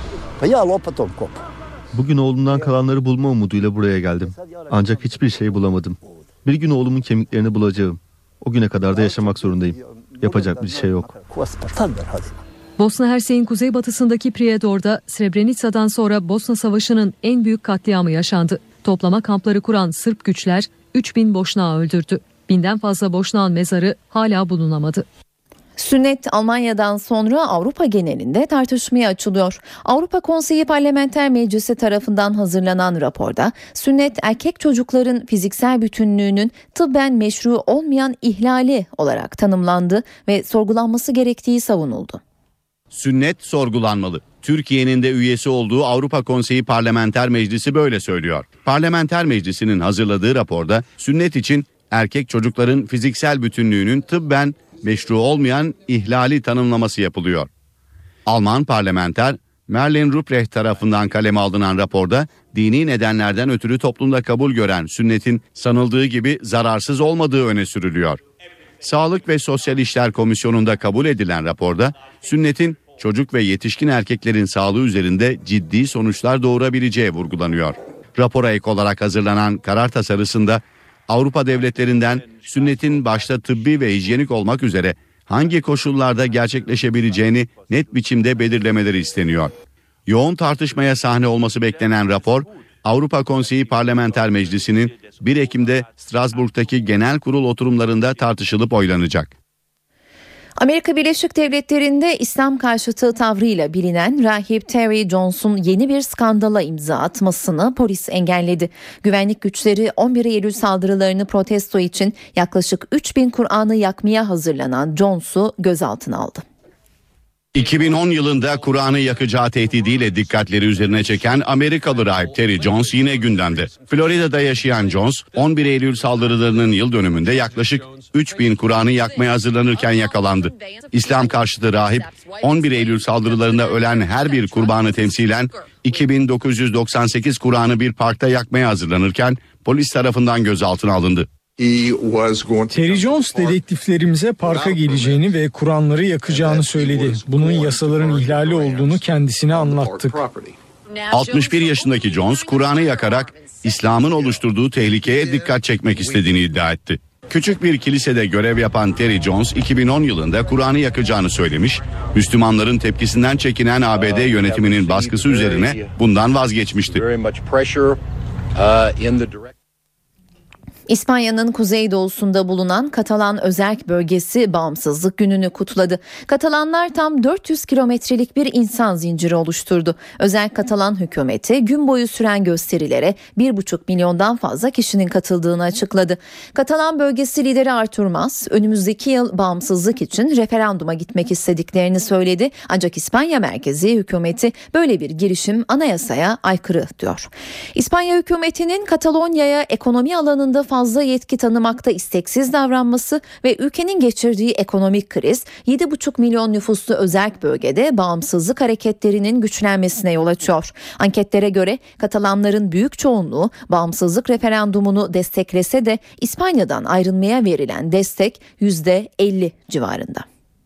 Bugün oğlumdan kalanları bulma umuduyla buraya geldim. Ancak hiçbir şey bulamadım. Bir gün oğlumun kemiklerini bulacağım. O güne kadar da yaşamak zorundayım. Yapacak bir şey yok. Bosna Hersek'in kuzeybatısındaki Prijedor'da Srebrenica'dan sonra Bosna Savaşı'nın en büyük katliamı yaşandı. Toplama kampları kuran Sırp güçler üç bin Boşnağı öldürdü. Binden fazla Boşnağın mezarı hala bulunamadı. Sünnet Almanya'dan sonra Avrupa genelinde tartışmaya açılıyor. Avrupa Konseyi Parlamenter Meclisi tarafından hazırlanan raporda sünnet erkek çocukların fiziksel bütünlüğünün tıbben meşru olmayan ihlali olarak tanımlandı ve sorgulanması gerektiği savunuldu. Sünnet sorgulanmalı. Türkiye'nin de üyesi olduğu Avrupa Konseyi Parlamenter Meclisi böyle söylüyor. Parlamenter Meclisi'nin hazırladığı raporda sünnet için erkek çocukların fiziksel bütünlüğünün tıbben meşru olmayan ihlali tanımlaması yapılıyor. Alman parlamenter Merlin Ruprecht tarafından kaleme alınan raporda dini nedenlerden ötürü toplumda kabul gören sünnetin sanıldığı gibi zararsız olmadığı öne sürülüyor. Sağlık ve Sosyal İşler Komisyonu'nda kabul edilen raporda sünnetin çocuk ve yetişkin erkeklerin sağlığı üzerinde ciddi sonuçlar doğurabileceği vurgulanıyor. Rapora ek olarak hazırlanan karar tasarısında Avrupa devletlerinden sünnetin başta tıbbi ve hijyenik olmak üzere hangi koşullarda gerçekleşebileceğini net biçimde belirlemeleri isteniyor. Yoğun tartışmaya sahne olması beklenen rapor, Avrupa Konseyi Parlamenter Meclisi'nin bir Ekim'de Strasbourg'daki genel kurul oturumlarında tartışılıp oylanacak. Amerika Birleşik Devletleri'nde İslam karşıtı tavrıyla bilinen rahip Terry Jones'un yeni bir skandala imza atmasını polis engelledi. Güvenlik güçleri on bir Eylül saldırılarını protesto için yaklaşık üç bin Kur'an'ı yakmaya hazırlanan Jones'u gözaltına aldı. iki bin on yılında Kur'an'ı yakacağı tehdidiyle dikkatleri üzerine çeken Amerikalı rahip Terry Jones yine gündemde. Florida'da yaşayan Jones, on bir Eylül saldırılarının yıl dönümünde yaklaşık üç bin Kur'an'ı yakmaya hazırlanırken yakalandı. İslam karşıtı rahip, on bir Eylül saldırılarında ölen her bir kurbanı temsilen iki bin dokuz yüz doksan sekiz Kur'an'ı bir parkta yakmaya hazırlanırken polis tarafından gözaltına alındı. Terry Jones dedektiflerimize parka geleceğini ve Kur'anları yakacağını söyledi. Bunun yasaların ihlali olduğunu kendisine anlattık. altmış bir yaşındaki Jones, Kur'an'ı yakarak İslam'ın oluşturduğu tehlikeye dikkat çekmek istediğini iddia etti. Küçük bir kilisede görev yapan Terry Jones, iki bin on yılında Kur'an'ı yakacağını söylemiş, Müslümanların tepkisinden çekinen A B D yönetiminin baskısı üzerine bundan vazgeçmişti. İspanya'nın kuzeydoğusunda bulunan Katalan özerk bölgesi bağımsızlık gününü kutladı. Katalanlar tam dört yüz kilometrelik bir insan zinciri oluşturdu. Özerk Katalan hükümeti gün boyu süren gösterilere bir buçuk milyondan fazla kişinin katıldığını açıkladı. Katalan bölgesi lideri Artur Mas, önümüzdeki yıl bağımsızlık için referanduma gitmek istediklerini söyledi. Ancak İspanya merkezi hükümeti böyle bir girişim anayasaya aykırı diyor. İspanya hükümetinin Katalonya'ya ekonomi alanında fazla yetki tanımakta isteksiz davranması ve ülkenin geçirdiği ekonomik kriz yedi buçuk milyon nüfuslu özerk bölgede bağımsızlık hareketlerinin güçlenmesine yol açıyor. Anketlere göre Katalanların büyük çoğunluğu bağımsızlık referandumunu desteklese de İspanya'dan ayrılmaya verilen destek yüzde elli civarında.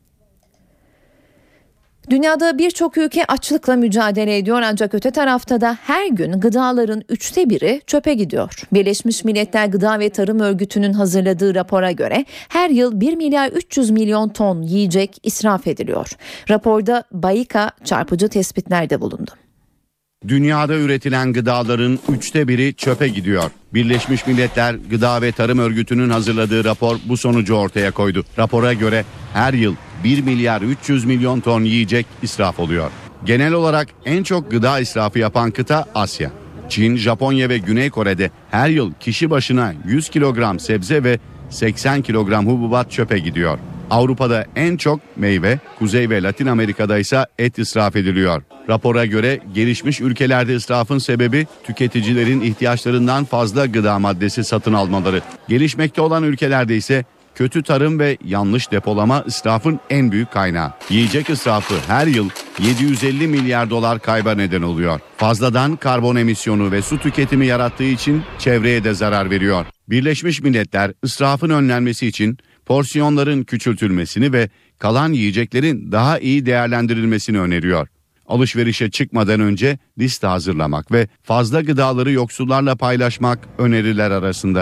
Dünyada birçok ülke açlıkla mücadele ediyor ancak öte tarafta da her gün gıdaların üçte biri çöpe gidiyor. Birleşmiş Milletler Gıda ve Tarım Örgütü'nün hazırladığı rapora göre her yıl bir milyar üç yüz milyon ton yiyecek israf ediliyor. Raporda BAİKA çarpıcı tespitlerde bulundu. Dünyada üretilen gıdaların üçte biri çöpe gidiyor. Birleşmiş Milletler Gıda ve Tarım Örgütü'nün hazırladığı rapor bu sonucu ortaya koydu. Rapora göre her yıl bir milyar üç yüz milyon ton yiyecek israf oluyor. Genel olarak en çok gıda israfı yapan kıta Asya. Çin, Japonya ve Güney Kore'de her yıl kişi başına yüz kilogram sebze ve seksen kilogram hububat çöpe gidiyor. Avrupa'da en çok meyve, Kuzey ve Latin Amerika'da ise et israf ediliyor. Rapora göre gelişmiş ülkelerde israfın sebebi tüketicilerin ihtiyaçlarından fazla gıda maddesi satın almaları. Gelişmekte olan ülkelerde ise kötü tarım ve yanlış depolama israfın en büyük kaynağı. Yiyecek israfı her yıl yedi yüz elli milyar dolar kayba neden oluyor. Fazladan karbon emisyonu ve su tüketimi yarattığı için çevreye de zarar veriyor. Birleşmiş Milletler israfın önlenmesi için porsiyonların küçültülmesini ve kalan yiyeceklerin daha iyi değerlendirilmesini öneriyor. Alışverişe çıkmadan önce liste hazırlamak ve fazla gıdaları yoksullarla paylaşmak öneriler arasında.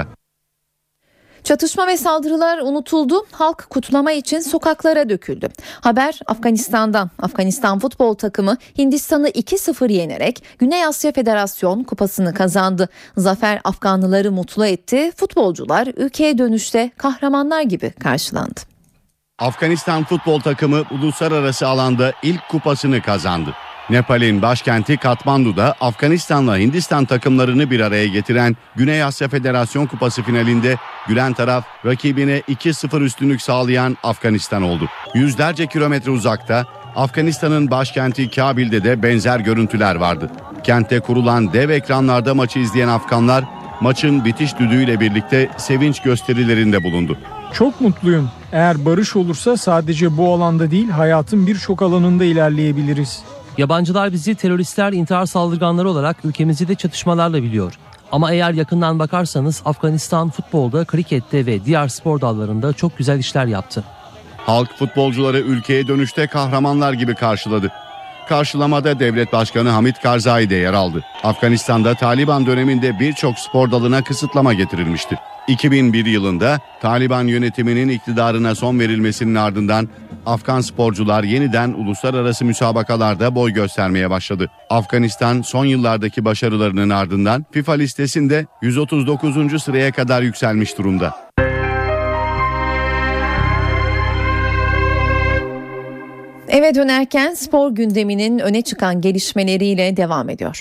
Çatışma ve saldırılar unutuldu. Halk kutlama için sokaklara döküldü. Haber Afganistan'dan. Afganistan futbol takımı Hindistan'ı iki sıfır yenerek Güney Asya Federasyon Kupası'nı kazandı. Zafer Afganlıları mutlu etti. Futbolcular ülkeye dönüşte kahramanlar gibi karşılandı. Afganistan futbol takımı uluslararası alanda ilk kupasını kazandı. Nepal'in başkenti Katmandu'da Afganistan'la Hindistan takımlarını bir araya getiren Güney Asya Federasyon Kupası finalinde gülen taraf rakibine iki sıfır üstünlük sağlayan Afganistan oldu. Yüzlerce kilometre uzakta Afganistan'ın başkenti Kabil'de de benzer görüntüler vardı. Kentte kurulan dev ekranlarda maçı izleyen Afganlar maçın bitiş düdüğüyle birlikte sevinç gösterilerinde bulundu. Çok mutluyum. Eğer barış olursa sadece bu alanda değil hayatın birçok alanında ilerleyebiliriz. Yabancılar bizi teröristler, intihar saldırganları olarak ülkemizi de çatışmalarla biliyor. Ama eğer yakından bakarsanız Afganistan futbolda, krikette ve diğer spor dallarında çok güzel işler yaptı. Halk futbolcuları ülkeye dönüşte kahramanlar gibi karşıladı. Karşılamada Devlet Başkanı Hamid Karzai de yer aldı. Afganistan'da Taliban döneminde birçok spor dalına kısıtlama getirilmişti. iki bin bir yılında Taliban yönetiminin iktidarına son verilmesinin ardından Afgan sporcular yeniden uluslararası müsabakalarda boy göstermeye başladı. Afganistan son yıllardaki başarılarının ardından FIFA listesinde yüz otuz dokuzuncu sıraya kadar yükselmiş durumda. Eve dönerken spor gündeminin öne çıkan gelişmeleriyle devam ediyor.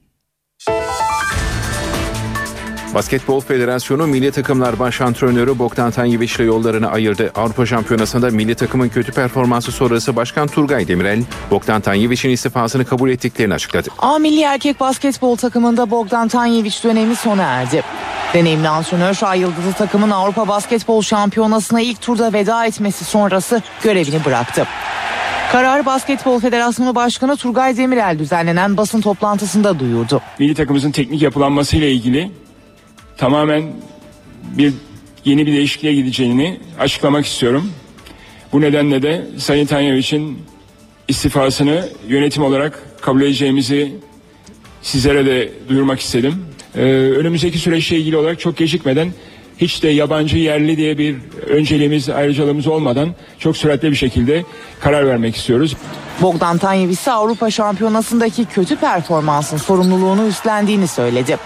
Basketbol Federasyonu milli takımlar baş antrenörü Bogdan Tanjevic ile yollarını ayırdı. Avrupa Şampiyonası'nda milli takımın kötü performansı sonrası Başkan Turgay Demirel, Bogdan Tanjevic'in istifasını kabul ettiklerini açıkladı. A milli erkek basketbol takımında Bogdan Tanjevic dönemi sona erdi. Deneyimli antrenör Ay Yıldızlı takımın Avrupa Basketbol Şampiyonası'na ilk turda veda etmesi sonrası görevini bıraktı. Karar Basketbol Federasyonu Başkanı Turgay Demirel düzenlenen basın toplantısında duyurdu. Milli takımımızın teknik yapılanması ile ilgili tamamen bir yeni bir değişikliğe gideceğini açıklamak istiyorum. Bu nedenle de Sayın Tanjevic'in istifasını yönetim olarak kabul edeceğimizi sizlere de duyurmak istedim. Ee, önümüzdeki süreçle ilgili olarak çok gecikmeden, hiç de yabancı yerli diye bir önceliğimiz, ayrıcalığımız olmadan çok süratli bir şekilde karar vermek istiyoruz. Bogdan Tanjevic ise Avrupa Şampiyonası'ndaki kötü performansın sorumluluğunu üstlendiğini söyledi.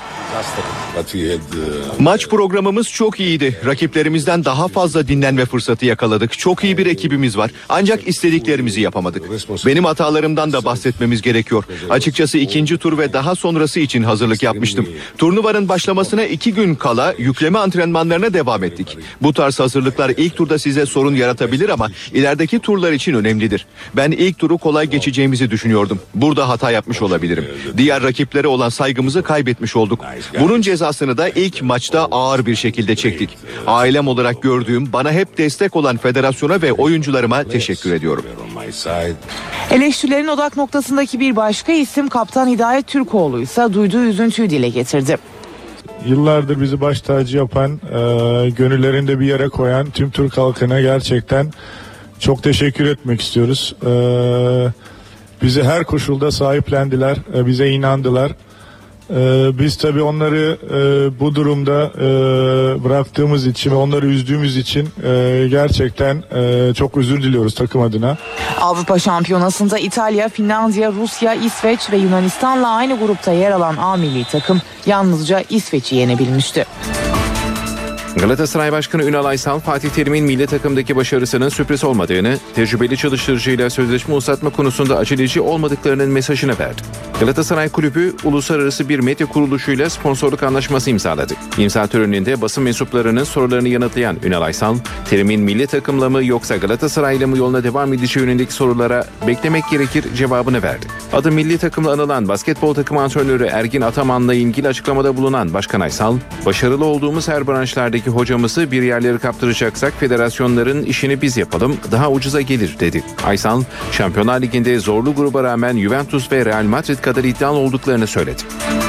Maç programımız çok iyiydi. Rakiplerimizden daha fazla dinlenme fırsatı yakaladık. Çok iyi bir ekibimiz var. Ancak istediklerimizi yapamadık. Benim hatalarımdan da bahsetmemiz gerekiyor. Açıkçası ikinci tur ve daha sonrası için hazırlık yapmıştım. Turnuvanın başlamasına iki gün kala yükleme antrenmanlarına devam ettik. Bu tarz hazırlıklar ilk turda size sorun yaratabilir ama ilerideki turlar için önemlidir. Ben ilk turu kolay geçeceğimizi düşünüyordum. Burada hata yapmış olabilirim. Diğer rakiplere olan saygımızı kaybetmiş olduk. Bunun cezasını da ilk maçta ağır bir şekilde çektik. Ailem olarak gördüğüm, bana hep destek olan federasyona ve oyuncularıma teşekkür ediyorum. Eleştirilerin odak noktasındaki bir başka isim Kaptan Hidayet Türkoğlu ise duyduğu üzüntüyü dile getirdi. Yıllardır bizi baş tacı yapan, e, gönüllerinde bir yere koyan tüm Türk halkına gerçekten çok teşekkür etmek istiyoruz. E, bizi her koşulda sahiplendiler, e, bize inandılar. Ee, biz tabii onları e, bu durumda e, bıraktığımız için ve onları üzdüğümüz için e, gerçekten e, çok özür diliyoruz takım adına. Avrupa Şampiyonası'nda İtalya, Finlandiya, Rusya, İsveç ve Yunanistan'la aynı grupta yer alan A milli takım yalnızca İsveç'i yenebilmişti. Galatasaray Başkanı Ünal Aysal, Fatih Terim'in milli takımdaki başarısının sürpriz olmadığını, tecrübeli çalıştırıcıyla sözleşme uzatma konusunda aceleci olmadıklarının mesajını verdi. Galatasaray Kulübü, uluslararası bir medya kuruluşuyla sponsorluk anlaşması imzaladı. İmza töreninde basın mensuplarının sorularını yanıtlayan Ünal Aysal, Terim'in milli takımla mı yoksa Galatasaray'la mı yoluna devam edeceği yönelik sorulara beklemek gerekir cevabını verdi. Adı milli takımla anılan basketbol takımı antrenörü Ergin Ataman'la ilgili açıklamada bulunan Başkan Aysal, başarılı olduğumuz her branşlardaki hocamızı bir yerleri kaptıracaksak federasyonların işini biz yapalım, daha ucuza gelir dedi. Aysal, Şampiyonlar Ligi'nde zorlu gruba rağmen Juventus ve Real Madrid kadar iddialı olduklarını söyledi.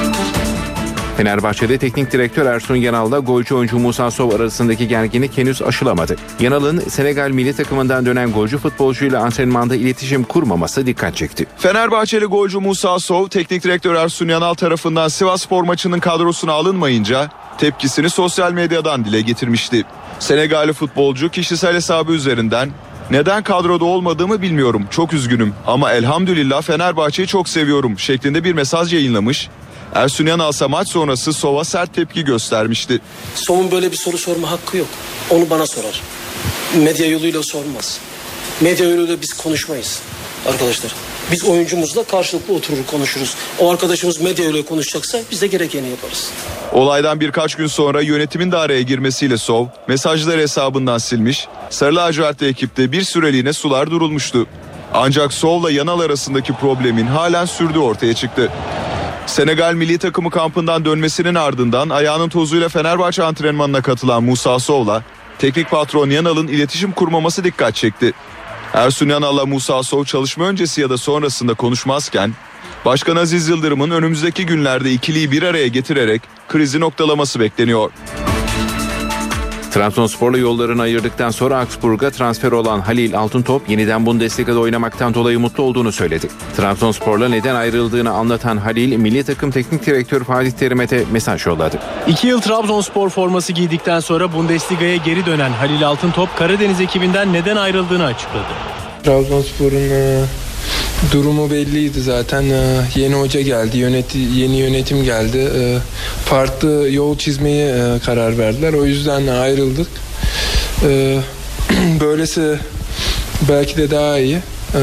Fenerbahçe'de teknik direktör Ersun Yanal'la golcü oyuncu Musa Sow arasındaki gerginlik henüz aşılamadı. Yanal'ın Senegal milli takımından dönen golcü futbolcuyla antrenmanda iletişim kurmaması dikkat çekti. Fenerbahçeli golcü Musa Sow, teknik direktör Ersun Yanal tarafından Sivasspor maçının kadrosuna alınmayınca tepkisini sosyal medyadan dile getirmişti. Senegalli futbolcu kişisel hesabı üzerinden "Neden kadroda olmadığımı bilmiyorum, çok üzgünüm ama elhamdülillah Fenerbahçe'yi çok seviyorum" şeklinde bir mesaj yayınlamış. Ersun Yanal ise maç sonrası Sow'a sert tepki göstermişti. Sow'un böyle bir soru sorma hakkı yok. Onu bana sorar. Medya yoluyla sormaz. Medya yoluyla biz konuşmayız arkadaşlar. Biz oyuncumuzla karşılıklı oturur konuşuruz. O arkadaşımız medya yoluyla konuşacaksa biz de gerekeni yaparız. Olaydan birkaç gün sonra yönetimin de araya girmesiyle Sow mesajları hesabından silmiş, Sarı Lacivertli ekipte bir süreliğine sular durulmuştu. Ancak Sow'la Yanal arasındaki problemin halen sürdüğü ortaya çıktı. Senegal milli takımı kampından dönmesinin ardından ayağının tozuyla Fenerbahçe antrenmanına katılan Musa Sow'la teknik patron Yanal'ın iletişim kurmaması dikkat çekti. Ersun Yanal'la Musa Sow çalışma öncesi ya da sonrasında konuşmazken Başkan Aziz Yıldırım'ın önümüzdeki günlerde ikiliyi bir araya getirerek krizi noktalaması bekleniyor. Trabzonspor'la yollarını ayırdıktan sonra Augsburg'a transfer olan Halil Altıntop yeniden Bundesliga'da oynamaktan dolayı mutlu olduğunu söyledi. Trabzonspor'la neden ayrıldığını anlatan Halil, milli takım teknik direktörü Fatih Terim'e de mesaj yolladı. İki yıl Trabzonspor forması giydikten sonra Bundesliga'ya geri dönen Halil Altıntop, Karadeniz ekibinden neden ayrıldığını açıkladı. Trabzonspor'un e, durumu belliydi zaten. E, yeni hoca geldi, yöneti, yeni yönetim geldi. E, farklı yol çizmeye e, karar verdiler. O yüzden ayrıldık. E, böylesi belki de daha iyi.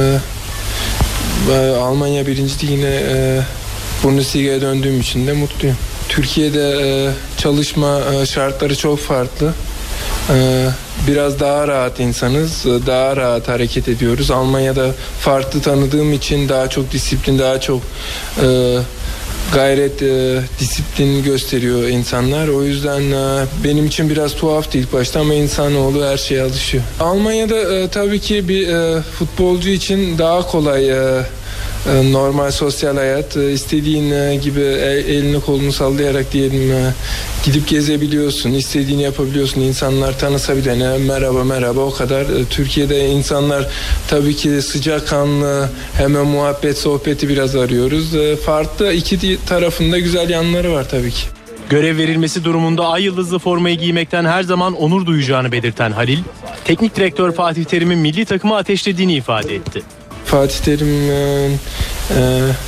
E, Almanya birinci ligine e, Bundesliga'ya döndüğüm için de mutluyum. Türkiye'de e, çalışma e, şartları çok farklı. E, biraz daha rahat insanız, daha rahat hareket ediyoruz. Almanya'da farklı tanıdığım için daha çok disiplin, daha çok e, gayret, e, disiplin gösteriyor insanlar. O yüzden e, benim için biraz tuhaftı ilk başta ama insanoğlu her şeye alışıyor. Almanya'da e, tabii ki bir e, futbolcu için daha kolay e, normal sosyal hayat. İstediğin gibi elini kolunu sallayarak diyelim gidip gezebiliyorsun, istediğini yapabiliyorsun, insanlar tanısa bile merhaba merhaba o kadar. Türkiye'de insanlar tabii ki sıcakkanlı, hemen muhabbet sohbeti biraz arıyoruz. Farklı iki tarafında güzel yanları var tabii ki. Görev verilmesi durumunda ay yıldızlı formayı giymekten her zaman onur duyacağını belirten Halil, teknik direktör Fatih Terim'in milli takımı ateşlediğini ifade etti. Fatih Terim'in e,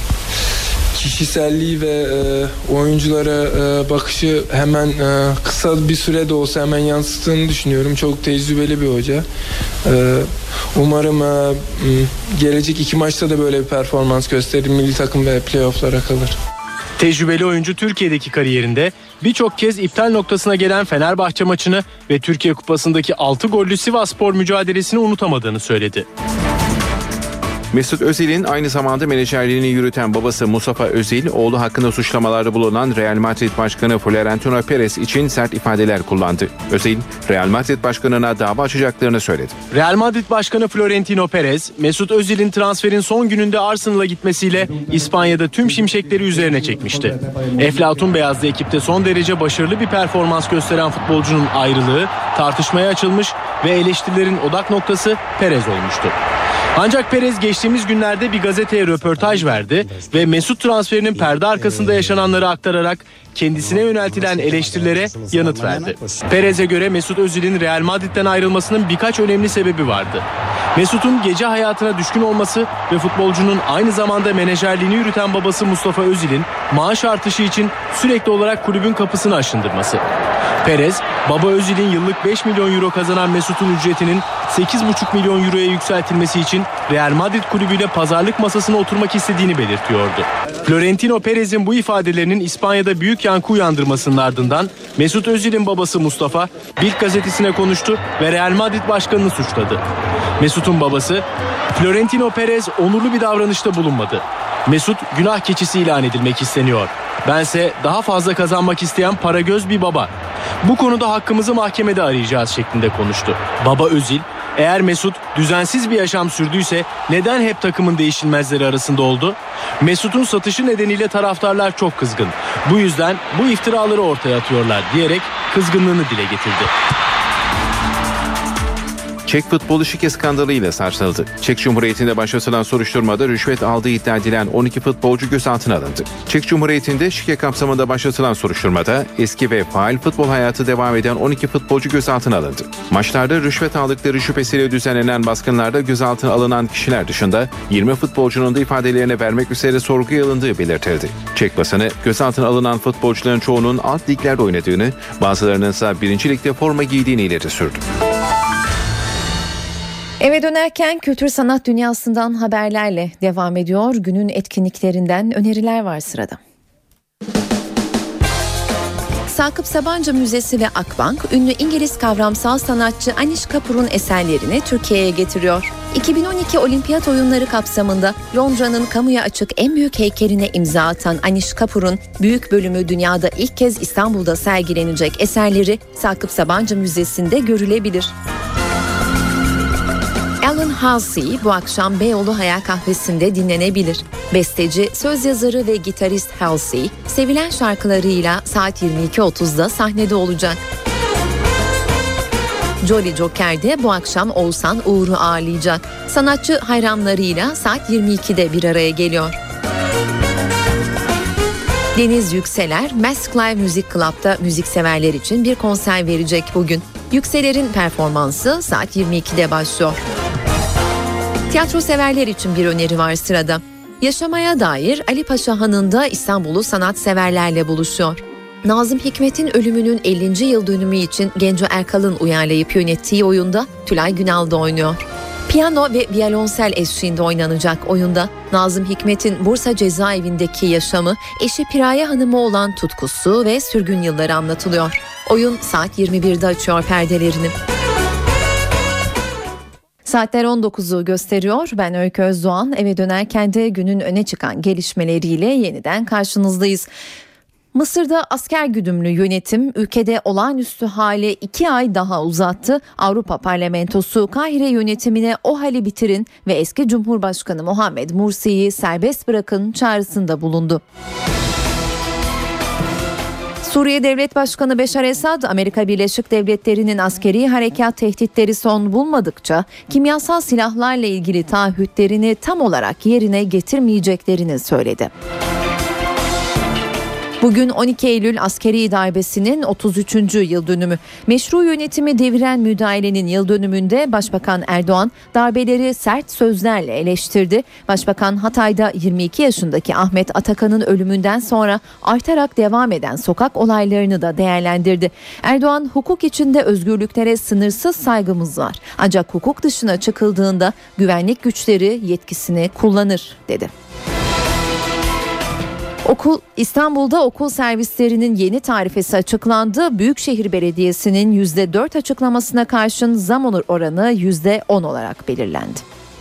kişiselliği ve e, oyunculara e, bakışı hemen e, kısa bir sürede olsa hemen yansıttığını düşünüyorum. Çok tecrübeli bir hoca. E, umarım e, gelecek iki maçta da böyle bir performans gösterir. Milli takım ve playoff'lara kalır. Tecrübeli oyuncu Türkiye'deki kariyerinde birçok kez iptal noktasına gelen Fenerbahçe maçını ve Türkiye Kupası'ndaki altı gollü Sivasspor mücadelesini unutamadığını söyledi. Mesut Özil'in aynı zamanda menajerliğini yürüten babası Mustafa Özil, oğlu hakkında suçlamalarda bulunan Real Madrid Başkanı Florentino Perez için sert ifadeler kullandı. Özil, Real Madrid Başkanı'na dava açacaklarını söyledi. Real Madrid Başkanı Florentino Perez, Mesut Özil'in transferin son gününde Arsenal'a gitmesiyle İspanya'da tüm şimşekleri üzerine çekmişti. Eflatun Beyazlı ekipte son derece başarılı bir performans gösteren futbolcunun ayrılığı tartışmaya açılmış ve eleştirilerin odak noktası Perez olmuştu. Ancak Perez geçtiğimiz günlerde bir gazeteye röportaj verdi ve Mesut transferinin perde arkasında yaşananları aktararak kendisine yöneltilen eleştirilere yanıt verdi. Perez'e göre Mesut Özil'in Real Madrid'den ayrılmasının birkaç önemli sebebi vardı. Mesut'un gece hayatına düşkün olması ve futbolcunun aynı zamanda menajerliğini yürüten babası Mustafa Özil'in maaş artışı için sürekli olarak kulübün kapısını aşındırması. Perez, baba Özil'in yıllık beş milyon euro kazanan Mesut'un ücretinin sekiz buçuk milyon euroya yükseltilmesi için Real Madrid kulübüyle pazarlık masasına oturmak istediğini belirtiyordu. Florentino Perez'in bu ifadelerinin İspanya'da büyük yankı uyandırmasının ardından Mesut Özil'in babası Mustafa Bild gazetesine konuştu ve Real Madrid başkanını suçladı. Mesut'un babası, Florentino Perez onurlu bir davranışta bulunmadı. Mesut günah keçisi ilan edilmek isteniyor. Bense daha fazla kazanmak isteyen paragöz bir baba. Bu konuda hakkımızı mahkemede arayacağız şeklinde konuştu. Baba Özil, eğer Mesut düzensiz bir yaşam sürdüyse neden hep takımın değişilmezleri arasında oldu? Mesut'un satışı nedeniyle taraftarlar çok kızgın. Bu yüzden bu iftiraları ortaya atıyorlar diyerek kızgınlığını dile getirdi. Çek futbolu şike skandalıyla sarsıldı. Çek Cumhuriyeti'nde başlatılan soruşturmada rüşvet aldığı iddia edilen on iki futbolcu gözaltına alındı. Çek Cumhuriyeti'nde şike kapsamında başlatılan soruşturmada eski ve faal futbol hayatı devam eden on iki futbolcu gözaltına alındı. Maçlarda rüşvet aldıkları şüphesiyle düzenlenen baskınlarda gözaltına alınan kişiler dışında yirmi futbolcunun da ifadelerini vermek üzere sorguya alındığı belirtildi. Çek basını gözaltına alınan futbolcuların çoğunun alt liglerde oynadığını, bazılarının ise birinci ligde forma giydiğini ileri sürdü. Eve dönerken kültür sanat dünyasından haberlerle devam ediyor. Günün etkinliklerinden öneriler var sırada. Sakıp Sabancı Müzesi ve Akbank, ünlü İngiliz kavramsal sanatçı Anish Kapoor'un eserlerini Türkiye'ye getiriyor. iki bin on iki Olimpiyat Oyunları kapsamında Londra'nın kamuya açık en büyük heykeline imza atan Anish Kapoor'un büyük bölümü dünyada ilk kez İstanbul'da sergilenecek eserleri Sakıp Sabancı Müzesi'nde görülebilir. Alan Halsey bu akşam Beyoğlu Hayal Kahvesi'nde dinlenebilir. Besteci, söz yazarı ve gitarist Halsey, sevilen şarkılarıyla saat yirmi iki otuzda sahnede olacak. Jolly Joker'de bu akşam Oğuzhan Uğur'u ağırlayacak. Sanatçı hayranlarıyla saat yirmi ikide bir araya geliyor. Deniz Yükseler, Mask Live Music Club'da müzikseverler için bir konser verecek bugün. Yükseler'in performansı saat yirmi ikide başlıyor. Tiyatro severler için bir öneri var sırada. Yaşamaya dair Ali Paşa Hanı'nda İstanbul'u sanatseverlerle buluşuyor. Nazım Hikmet'in ölümünün ellinci yıl dönümü için Genco Erkal'ın uyarlayıp yönettiği oyunda Tülay Günal da oynuyor. Piyano ve violonsel eşliğinde oynanacak oyunda Nazım Hikmet'in Bursa cezaevindeki yaşamı, eşi Piraye Hanım'a olan tutkusu ve sürgün yılları anlatılıyor. Oyun saat yirmi birde açıyor perdelerini. Saatler on dokuzu gösteriyor. Ben Öykü Özdoğan. Eve dönerken de günün öne çıkan gelişmeleriyle yeniden karşınızdayız. Mısır'da asker güdümlü yönetim ülkede olağanüstü hale iki ay daha uzattı. Avrupa Parlamentosu Kahire yönetimine o hali bitirin ve eski Cumhurbaşkanı Muhammed Mursi'yi serbest bırakın çağrısında bulundu. Suriye Devlet Başkanı Beşar Esad, Amerika Birleşik Devletleri'nin askeri harekat tehditleri son bulmadıkça kimyasal silahlarla ilgili taahhütlerini tam olarak yerine getirmeyeceklerini söyledi. Bugün on iki Eylül askeri darbesinin otuz üçüncü yıl dönümü. Meşru yönetimi deviren müdahalenin yıl dönümünde Başbakan Erdoğan darbeleri sert sözlerle eleştirdi. Başbakan Hatay'da yirmi iki yaşındaki Ahmet Atakan'ın ölümünden sonra artarak devam eden sokak olaylarını da değerlendirdi. Erdoğan, hukuk içinde özgürlüklere sınırsız saygımız var. Ancak hukuk dışına çıkıldığında güvenlik güçleri yetkisini kullanır dedi. Okul İstanbul'da okul servislerinin yeni tarifesi açıklandı. Büyükşehir Belediyesi'nin yüzde dört açıklamasına karşın zam oranı yüzde on olarak belirlendi.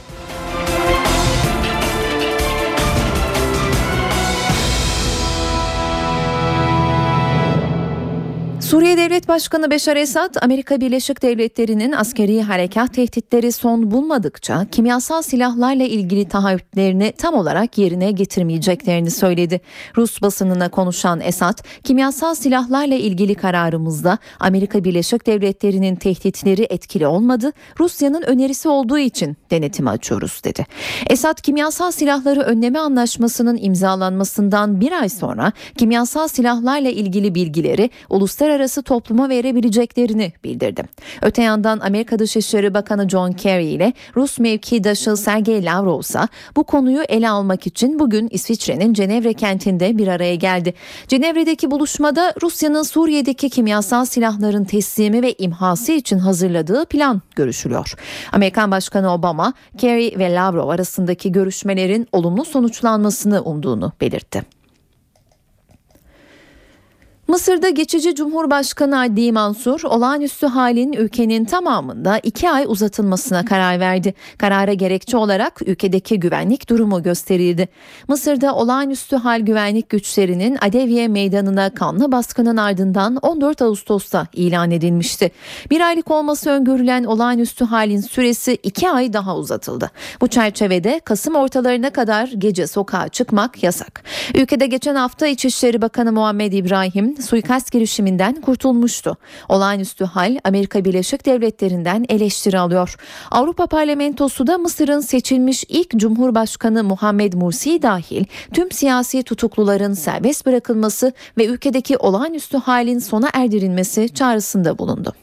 Suriye Devlet Başkanı Beşar Esad, Amerika Birleşik Devletleri'nin askeri harekat tehditleri son bulmadıkça kimyasal silahlarla ilgili taahhütlerini tam olarak yerine getirmeyeceklerini söyledi. Rus basınına konuşan Esad, kimyasal silahlarla ilgili kararımızda Amerika Birleşik Devletleri'nin tehditleri etkili olmadı, Rusya'nın önerisi olduğu için denetimi açıyoruz dedi. Esad, kimyasal silahları önleme anlaşmasının imzalanmasından bir ay sonra kimyasal silahlarla ilgili bilgileri uluslararası arası topluma verebileceklerini bildirdi. Öte yandan Amerika Dışişleri Bakanı John Kerry ile Rus mevkidaşı Sergey Lavrov ise bu konuyu ele almak için bugün İsviçre'nin Cenevre kentinde bir araya geldi. Cenevre'deki buluşmada Rusya'nın Suriye'deki kimyasal silahların teslimi ve imhası için hazırladığı plan görüşülüyor. Amerikan Başkanı Obama, Kerry ve Lavrov arasındaki görüşmelerin olumlu sonuçlanmasını umduğunu belirtti. Mısır'da geçici Cumhurbaşkanı Adli Mansur, olağanüstü halin ülkenin tamamında iki ay uzatılmasına karar verdi. Karara gerekçe olarak ülkedeki güvenlik durumu gösterildi. Mısır'da olağanüstü hal güvenlik güçlerinin Adeviye Meydanı'na kanlı baskının ardından on dört Ağustos'ta ilan edilmişti. Bir aylık olması öngörülen olağanüstü halin süresi iki ay daha uzatıldı. Bu çerçevede Kasım ortalarına kadar gece sokağa çıkmak yasak. Ülkede geçen hafta İçişleri Bakanı Muhammed İbrahim suikast girişiminden kurtulmuştu. Olağanüstü hal Amerika Birleşik Devletleri'nden eleştiri alıyor. Avrupa Parlamentosu da Mısır'ın seçilmiş ilk Cumhurbaşkanı Muhammed Mursi dahil tüm siyasi tutukluların serbest bırakılması ve ülkedeki olağanüstü halin sona erdirilmesi çağrısında bulundu.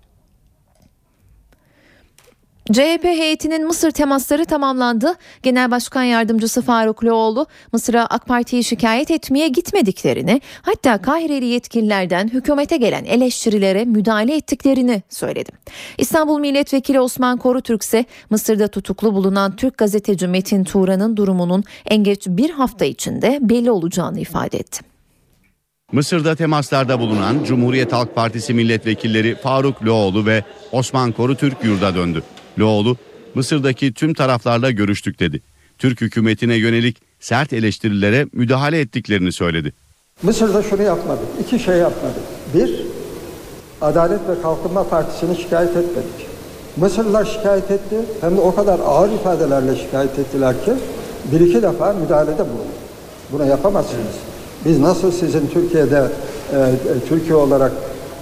C H P heyetinin Mısır temasları tamamlandı. Genel Başkan Yardımcısı Faruk Loğlu, Mısır'a AK Parti'yi şikayet etmeye gitmediklerini, hatta Kahireli yetkililerden hükümete gelen eleştirilere müdahale ettiklerini söyledi. İstanbul Milletvekili Osman Korutürk ise Mısır'da tutuklu bulunan Türk gazeteci Metin Turan'ın durumunun en geç bir hafta içinde belli olacağını ifade etti. Mısır'da temaslarda bulunan Cumhuriyet Halk Partisi milletvekilleri Faruk Loğlu ve Osman Korutürk yurda döndü. Loğlu, Mısır'daki tüm taraflarla görüştük dedi. Türk hükümetine yönelik sert eleştirilere müdahale ettiklerini söyledi. Mısır'da şunu yapmadık, iki şey yapmadık. Bir, Adalet ve Kalkınma Partisi'ni şikayet etmedik. Mısırlılar şikayet etti, hem de o kadar ağır ifadelerle şikayet ettiler ki bir iki defa müdahalede bulundu. Bunu yapamazsınız. Biz nasıl sizin Türkiye'de, e, Türkiye olarak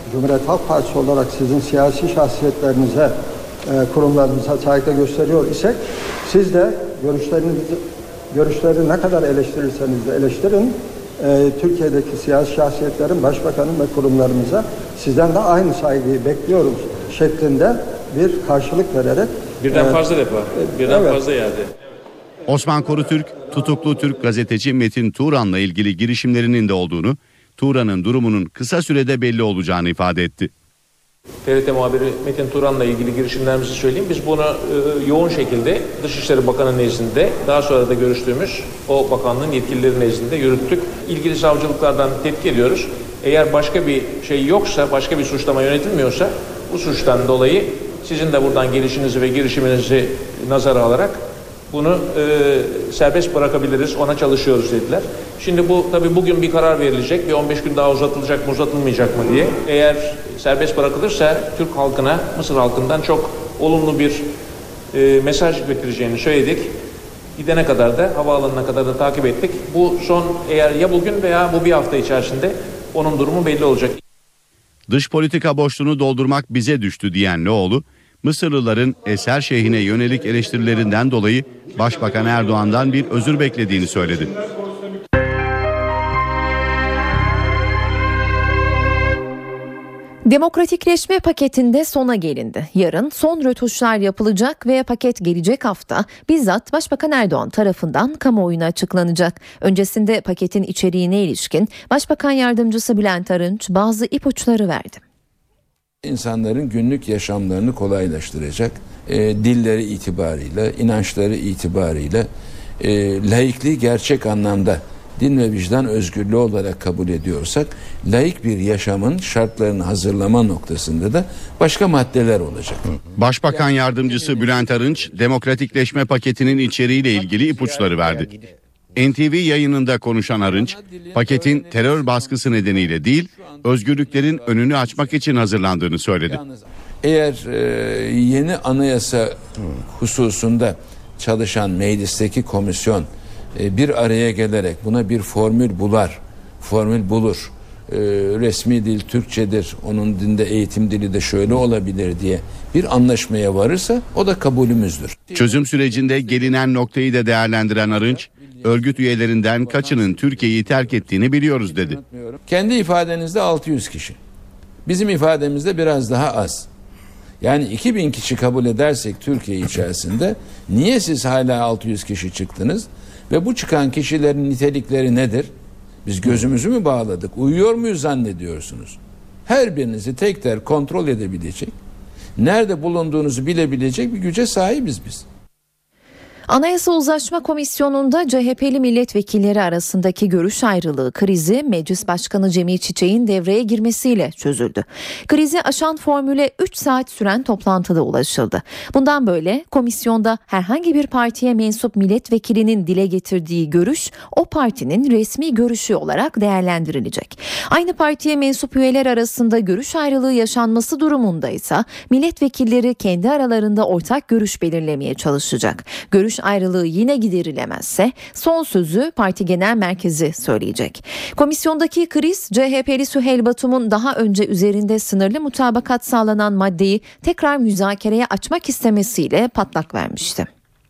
Cumhuriyet Halk Partisi olarak sizin siyasi şahsiyetlerinize, e, kurumlarınıza saygı gösteriyor isek, siz de görüşlerinizi, görüşleri ne kadar eleştirirseniz de eleştirin, e, Türkiye'deki siyasi şahsiyetlerin, başbakanın ve kurumlarımıza sizden de aynı saygıyı bekliyoruz şeklinde bir karşılık vererek. Birden fazla e, defa, birden evet. fazla yerde. Osman Korutürk, tutuklu Türk gazeteci Metin Turan'la ilgili girişimlerinin de olduğunu, Turan'ın durumunun kısa sürede belli olacağını ifade etti. T R T muhabiri Metin Turan'la ilgili girişimlerimizi söyleyeyim. Biz bunu e, yoğun şekilde Dışişleri Bakanı nezdinde, daha sonra da görüştüğümüz o bakanlığın yetkilileri nezdinde yürüttük. İlgili savcılıklardan tetkik ediyoruz. Eğer başka bir şey yoksa, başka bir suçlama yönetilmiyorsa, bu suçtan dolayı sizin de buradan gelişinizi ve girişiminizi nazara alarak bunu e, serbest bırakabiliriz, ona çalışıyoruz dediler. Şimdi bu tabii bugün bir karar verilecek, bir on beş gün daha uzatılacak mı uzatılmayacak mı diye. Eğer serbest bırakılırsa Türk halkına, Mısır halkından çok olumlu bir e, mesaj getireceğini söyledik. Gidene kadar da, havaalanına kadar da takip ettik. Bu son, eğer ya bugün veya bu bir hafta içerisinde onun durumu belli olacak. Dış politika boşluğunu doldurmak bize düştü diyen Loğlu, Mısırlıların eser şeyhine yönelik eleştirilerinden dolayı Başbakan Erdoğan'dan bir özür beklediğini söyledi. Demokratikleşme paketinde sona gelindi. Yarın son rötuşlar yapılacak ve paket gelecek hafta bizzat Başbakan Erdoğan tarafından kamuoyuna açıklanacak. Öncesinde paketin içeriğine ilişkin Başbakan Yardımcısı Bülent Arınç bazı ipuçları verdi. İnsanların günlük yaşamlarını kolaylaştıracak, e, dilleri itibarıyla, inançları itibarıyla e, laikliği gerçek anlamda din ve vicdan özgürlüğü olarak kabul ediyorsak, laik bir yaşamın şartlarını hazırlama noktasında da başka maddeler olacak. Başbakan Yardımcısı Bülent Arınç, demokratikleşme paketinin içeriğiyle ilgili ipuçları verdi. N T V yayınında konuşan Arınç, paketin terör baskısı nedeniyle değil, özgürlüklerin önünü açmak için hazırlandığını söyledi. Eğer e, yeni anayasa hususunda çalışan meclisteki komisyon e, bir araya gelerek buna bir formül bular, formül bulur, e, resmi dil Türkçedir, onun dinde eğitim dili de şöyle olabilir diye bir anlaşmaya varırsa o da kabulümüzdür. Çözüm sürecinde gelinen noktayı da değerlendiren Arınç, örgüt üyelerinden kaçının Türkiye'yi terk ettiğini biliyoruz dedi. Kendi ifadenizde altı yüz kişi. Bizim ifademizde biraz daha az. Yani iki bin kişi kabul edersek Türkiye içerisinde niye siz hala altı yüz kişi çıktınız? Ve bu çıkan kişilerin nitelikleri nedir? Biz gözümüzü mü bağladık? Uyuyor muyuz zannediyorsunuz? Her birinizi tek tek kontrol edebilecek, nerede bulunduğunuzu bilebilecek bir güce sahibiz biz. Anayasa Uzlaşma Komisyonu'nda C H P'li milletvekilleri arasındaki görüş ayrılığı krizi Meclis Başkanı Cemil Çiçek'in devreye girmesiyle çözüldü. Krizi aşan formüle üç saat süren toplantıda ulaşıldı. Bundan böyle komisyonda herhangi bir partiye mensup milletvekilinin dile getirdiği görüş o partinin resmi görüşü olarak değerlendirilecek. Aynı partiye mensup üyeler arasında görüş ayrılığı yaşanması durumunda ise milletvekilleri kendi aralarında ortak görüş belirlemeye çalışacak. Görüş ayrılığı yine giderilemezse son sözü parti genel merkezi söyleyecek. Komisyondaki kriz C H P'li Süheyl Batum'un daha önce üzerinde sınırlı mutabakat sağlanan maddeyi tekrar müzakereye açmak istemesiyle patlak vermişti.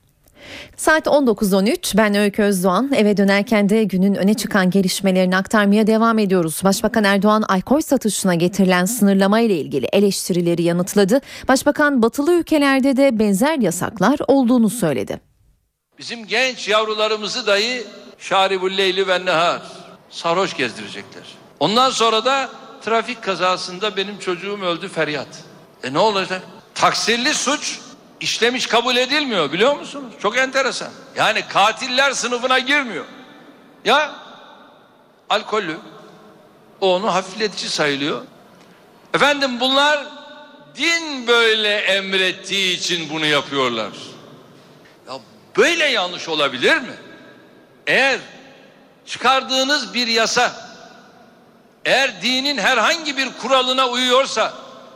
Saat on dokuz on üç, ben Öykü Özdoğan. Eve dönerken de günün öne çıkan gelişmelerini aktarmaya devam ediyoruz. Başbakan Erdoğan alkol satışına getirilen sınırlama ile ilgili eleştirileri yanıtladı. Başbakan batılı ülkelerde de benzer yasaklar olduğunu söyledi. Bizim genç yavrularımızı dahi şaribul leyli ve nehar sarhoş gezdirecekler. Ondan sonra da trafik kazasında benim çocuğum öldü feryat. E ne olacak? Taksirli suç işlemiş kabul edilmiyor, biliyor musunuz? Çok enteresan. Yani katiller sınıfına girmiyor. Ya alkollü, o onu hafifletici sayılıyor. Efendim bunlar din böyle emrettiği için bunu yapıyorlar. Ya böyle yanlış olabilir mi? Eğer çıkardığınız bir yasa, eğer dinin herhangi bir kuralına uyuyorsa,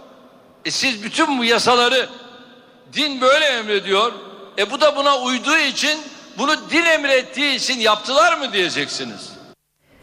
e siz bütün bu yasaları din böyle emrediyor, e bu da buna uyduğu için, bunu din emrettiği için yaptılar mı diyeceksiniz.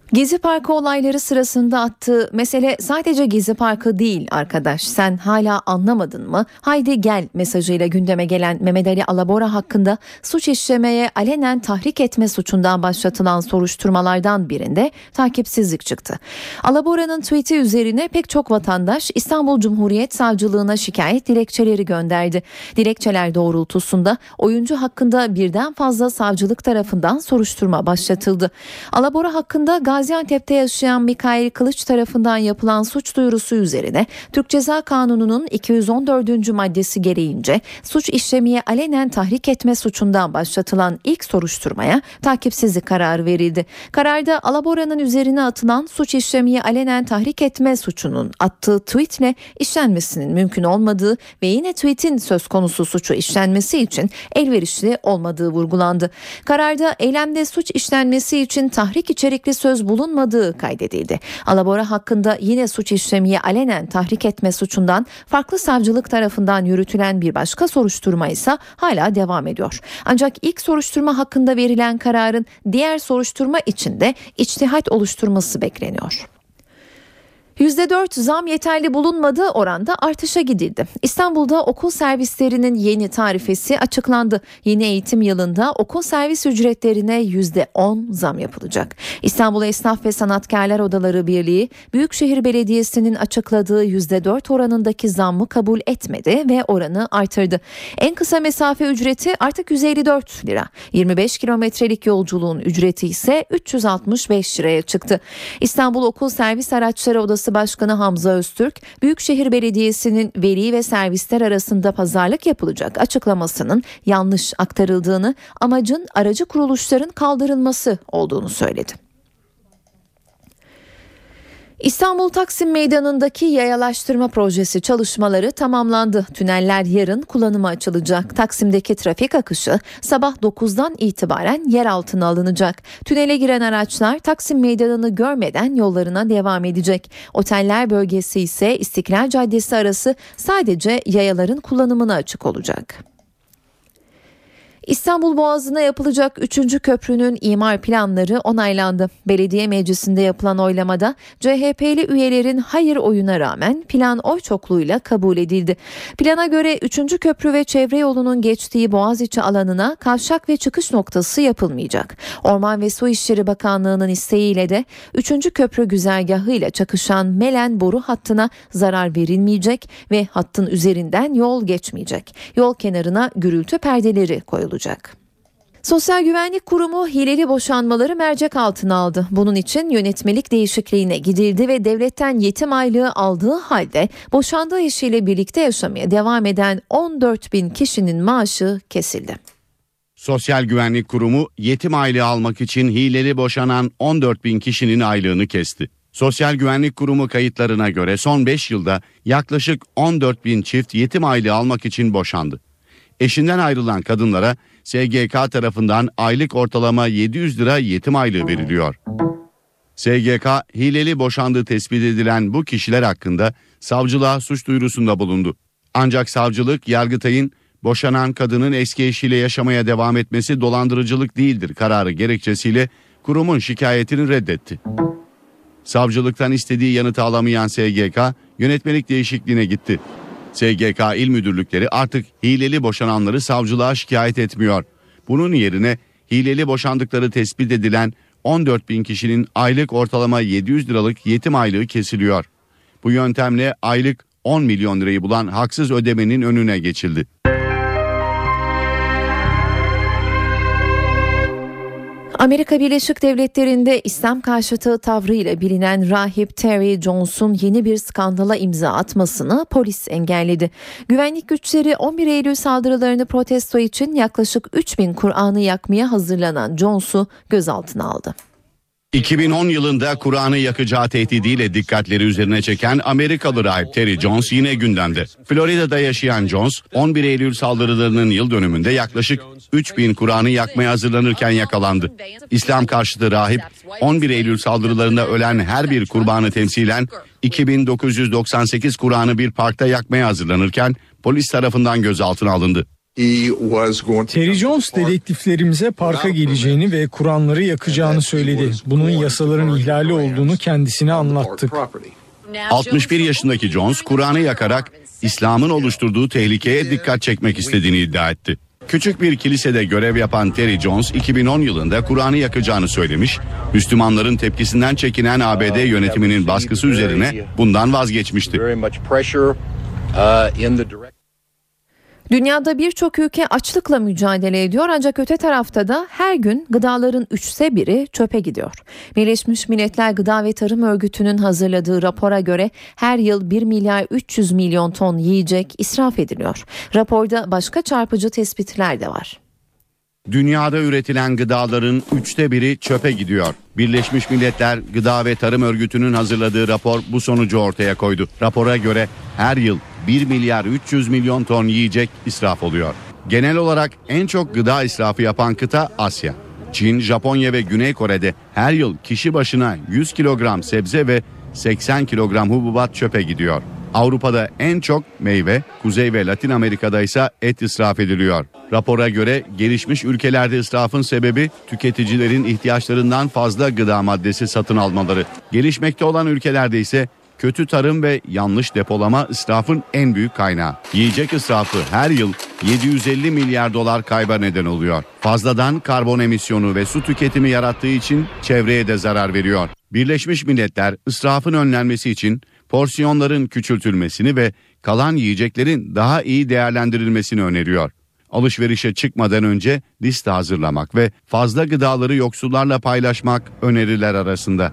Gezi Parkı olayları sırasında attığı mesele sadece Gezi Parkı değil arkadaş, sen hala anlamadın mı? Haydi gel mesajıyla gündeme gelen Mehmet Ali Alabora hakkında suç işlemeye alenen tahrik etme suçundan başlatılan soruşturmalardan birinde takipsizlik çıktı. Alabora'nın tweet'i üzerine pek çok vatandaş İstanbul Cumhuriyet Savcılığına şikayet dilekçeleri gönderdi. Dilekçeler doğrultusunda oyuncu hakkında birden fazla savcılık tarafından soruşturma başlatıldı. Alabora hakkında Gaziantep'te yaşayan Mikail Kılıç tarafından yapılan suç duyurusu üzerine Türk Ceza Kanunu'nun iki yüz on dördüncü maddesi gereğince suç işlemeye alenen tahrik etme suçundan başlatılan ilk soruşturmaya takipsizlik kararı verildi. Kararda Alabora'nın üzerine atılan suç işlemeye alenen tahrik etme suçunun attığı tweetle işlenmesinin mümkün olmadığı ve yine tweetin söz konusu suçu işlenmesi için elverişli olmadığı vurgulandı. Kararda eylemde suç işlenmesi için tahrik içerikli söz bulunmadığı kaydedildi. Alabora hakkında yine suç işlemeye alenen tahrik etme suçundan farklı savcılık tarafından yürütülen bir başka soruşturma ise hala devam ediyor. Ancak ilk soruşturma hakkında verilen kararın diğer soruşturma için de içtihat oluşturması bekleniyor. yüzde dört zam yeterli bulunmadığı oranda artışa gidildi. İstanbul'da okul servislerinin yeni tarifesi açıklandı. Yeni eğitim yılında okul servis ücretlerine yüzde on zam yapılacak. İstanbul Esnaf ve Sanatkarlar Odaları Birliği, Büyükşehir Belediyesi'nin açıkladığı yüzde dört oranındaki zammı kabul etmedi ve oranı artırdı. En kısa mesafe ücreti artık yüz elli dört lira. yirmi beş kilometrelik yolculuğun ücreti ise üç yüz altmış beş liraya çıktı. İstanbul Okul Servis Araçları Odası Başkanı Hamza Öztürk, Büyükşehir Belediyesi'nin veli ve servisler arasında pazarlık yapılacak açıklamasının yanlış aktarıldığını, amacın aracı kuruluşların kaldırılması olduğunu söyledi. İstanbul Taksim Meydanı'ndaki yayalaştırma projesi çalışmaları tamamlandı. Tüneller yarın kullanıma açılacak. Taksim'deki trafik akışı sabah dokuzdan itibaren yer altına alınacak. Tünele giren araçlar Taksim Meydanı'nı görmeden yollarına devam edecek. Oteller bölgesi ise İstiklal Caddesi arası sadece yayaların kullanımına açık olacak. İstanbul Boğazı'na yapılacak üçüncü köprünün imar planları onaylandı. Belediye meclisinde yapılan oylamada C H P'li üyelerin hayır oyuna rağmen plan oy çokluğuyla kabul edildi. Plana göre üçüncü köprü ve çevre yolunun geçtiği Boğaziçi alanına kavşak ve çıkış noktası yapılmayacak. Orman ve Su İşleri Bakanlığı'nın isteğiyle de üçüncü köprü güzergahıyla çakışan Melen boru hattına zarar verilmeyecek ve hattın üzerinden yol geçmeyecek. Yol kenarına gürültü perdeleri koyulacak. Sosyal Güvenlik Kurumu hileli boşanmaları mercek altına aldı. Bunun için yönetmelik değişikliğine gidildi ve devletten yetim aylığı aldığı halde boşandığı eşiyle birlikte yaşamaya devam eden on dört bin kişinin maaşı kesildi. Sosyal Güvenlik Kurumu yetim aylığı almak için hileli boşanan on dört bin kişinin aylığını kesti. Sosyal Güvenlik Kurumu kayıtlarına göre son beş yılda yaklaşık on dört bin çift yetim aylığı almak için boşandı. Eşinden ayrılan kadınlara S G K tarafından aylık ortalama yedi yüz lira yetim aylığı veriliyor. S G K hileli boşandığı tespit edilen bu kişiler hakkında savcılığa suç duyurusunda bulundu. Ancak savcılık Yargıtay'ın boşanan kadının eski eşiyle yaşamaya devam etmesi dolandırıcılık değildir kararı gerekçesiyle kurumun şikayetini reddetti. Savcılıktan istediği yanıtı alamayan S G K yönetmelik değişikliğine gitti. S G K il müdürlükleri artık hileli boşananları savcılığa şikayet etmiyor. Bunun yerine hileli boşandıkları tespit edilen on dört bin kişinin aylık ortalama yedi yüz liralık yetim aylığı kesiliyor. Bu yöntemle aylık on milyon lirayı bulan haksız ödemenin önüne geçildi. Amerika Birleşik Devletleri'nde İslam karşıtı tavrıyla bilinen rahip Terry Jones'un yeni bir skandala imza atmasını polis engelledi. Güvenlik güçleri on bir Eylül saldırılarını protesto için yaklaşık üç bin Kur'an'ı yakmaya hazırlanan Jones'u gözaltına aldı. iki bin on yılında Kur'an'ı yakacağı tehdidiyle dikkatleri üzerine çeken Amerikalı rahip Terry Jones yine gündemde. Florida'da yaşayan Jones, on bir Eylül saldırılarının yıl dönümünde yaklaşık üç bin Kur'an'ı yakmaya hazırlanırken yakalandı. İslam karşıtı rahip, on bir Eylül saldırılarında ölen her bir kurbanı temsilen iki bin dokuz yüz doksan sekiz Kur'an'ı bir parkta yakmaya hazırlanırken polis tarafından gözaltına alındı. Terry Jones dedektiflerimize parka geleceğini ve Kur'anları yakacağını söyledi. Bunun yasaların ihlali olduğunu kendisine anlattık. altmış bir yaşındaki Jones, Kur'an'ı yakarak İslam'ın oluşturduğu tehlikeye dikkat çekmek istediğini iddia etti. Küçük bir kilisede görev yapan Terry Jones, iki bin on yılında Kur'an'ı yakacağını söylemiş, Müslümanların tepkisinden çekinen A B D yönetiminin baskısı üzerine bundan vazgeçmişti. Dünyada birçok ülke açlıkla mücadele ediyor ancak öte tarafta da her gün gıdaların üçte biri çöpe gidiyor. Birleşmiş Milletler Gıda ve Tarım Örgütü'nün hazırladığı rapora göre her yıl bir milyar üç yüz milyon ton yiyecek israf ediliyor. Raporda başka çarpıcı tespitler de var. Dünyada üretilen gıdaların üçte biri çöpe gidiyor. Birleşmiş Milletler Gıda ve Tarım Örgütü'nün hazırladığı rapor bu sonucu ortaya koydu. Rapora göre her yıl bir milyar üç yüz milyon ton yiyecek israf oluyor. Genel olarak en çok gıda israfı yapan kıta Asya. Çin, Japonya ve Güney Kore'de her yıl kişi başına yüz kilogram sebze ve seksen kilogram hububat çöpe gidiyor. Avrupa'da en çok meyve, Kuzey ve Latin Amerika'da ise et israf ediliyor. Rapora göre gelişmiş ülkelerde israfın sebebi tüketicilerin ihtiyaçlarından fazla gıda maddesi satın almaları. Gelişmekte olan ülkelerde ise kötü tarım ve yanlış depolama israfın en büyük kaynağı. Yiyecek israfı her yıl yedi yüz elli milyar dolar kayba neden oluyor. Fazladan karbon emisyonu ve su tüketimi yarattığı için çevreye de zarar veriyor. Birleşmiş Milletler israfın önlenmesi için porsiyonların küçültülmesini ve kalan yiyeceklerin daha iyi değerlendirilmesini öneriyor. Alışverişe çıkmadan önce liste hazırlamak ve fazla gıdaları yoksullarla paylaşmak öneriler arasında.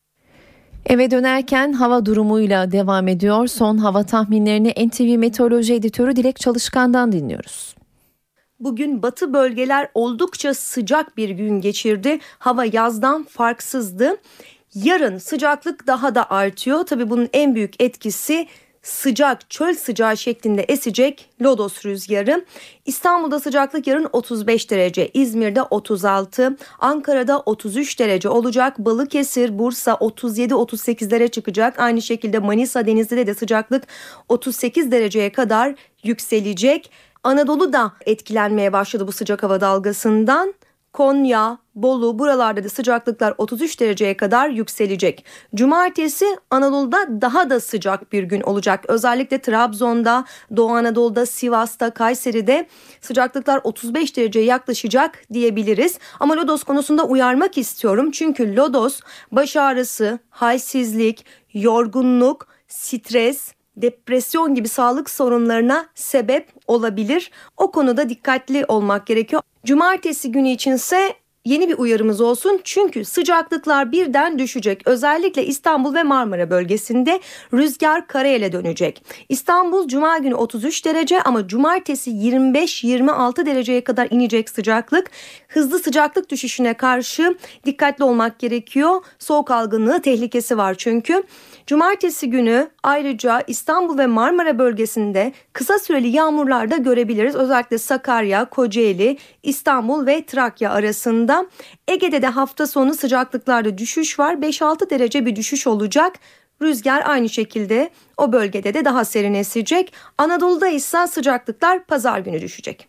Eve dönerken hava durumuyla devam ediyor. Son hava tahminlerini N T V Meteoroloji Editörü Dilek Çalışkan'dan dinliyoruz. Bugün batı bölgeler oldukça sıcak bir gün geçirdi. Hava yazdan farksızdı. Yarın sıcaklık daha da artıyor. Tabii bunun en büyük etkisi sıcak, çöl sıcağı şeklinde esecek lodos rüzgarı. İstanbul'da sıcaklık yarın otuz beş derece, İzmir'de otuz altı, Ankara'da otuz üç derece olacak. Balıkesir, Bursa otuz yedi otuz sekizlere çıkacak. Aynı şekilde Manisa, Denizli'de de sıcaklık otuz sekiz dereceye kadar yükselecek. Anadolu da etkilenmeye başladı bu sıcak hava dalgasından. Konya, Bolu, buralarda da sıcaklıklar otuz üç dereceye kadar yükselecek. Cumartesi Anadolu'da daha da sıcak bir gün olacak. Özellikle Trabzon'da, Doğu Anadolu'da, Sivas'ta, Kayseri'de sıcaklıklar otuz beş dereceye yaklaşacak diyebiliriz. Ama lodos konusunda uyarmak istiyorum. Çünkü lodos baş ağrısı, halsizlik, yorgunluk, stres, depresyon gibi sağlık sorunlarına sebep olabilir. O konuda dikkatli olmak gerekiyor. Cumartesi günü içinse yeni bir uyarımız olsun. Çünkü sıcaklıklar birden düşecek. Özellikle İstanbul ve Marmara bölgesinde rüzgar karayele dönecek. İstanbul Cuma günü otuz üç derece ama cumartesi yirmi beş yirmi altı dereceye kadar inecek sıcaklık. Hızlı sıcaklık düşüşüne karşı dikkatli olmak gerekiyor. Soğuk algınlığı tehlikesi var çünkü. Cumartesi günü ayrıca İstanbul ve Marmara bölgesinde kısa süreli yağmurlar da görebiliriz. Özellikle Sakarya, Kocaeli, İstanbul ve Trakya arasında. Ege'de de hafta sonu sıcaklıklarda düşüş var. beş altı derece bir düşüş olacak. Rüzgar aynı şekilde o bölgede de daha serin esecek. Anadolu'da ise sıcaklıklar pazar günü düşecek.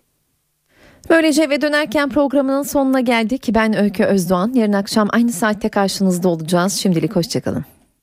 Böylece eve dönerken programının sonuna geldik. Ben Öykü Özdoğan. Yarın akşam aynı saatte karşınızda olacağız. Şimdilik hoşçakalın.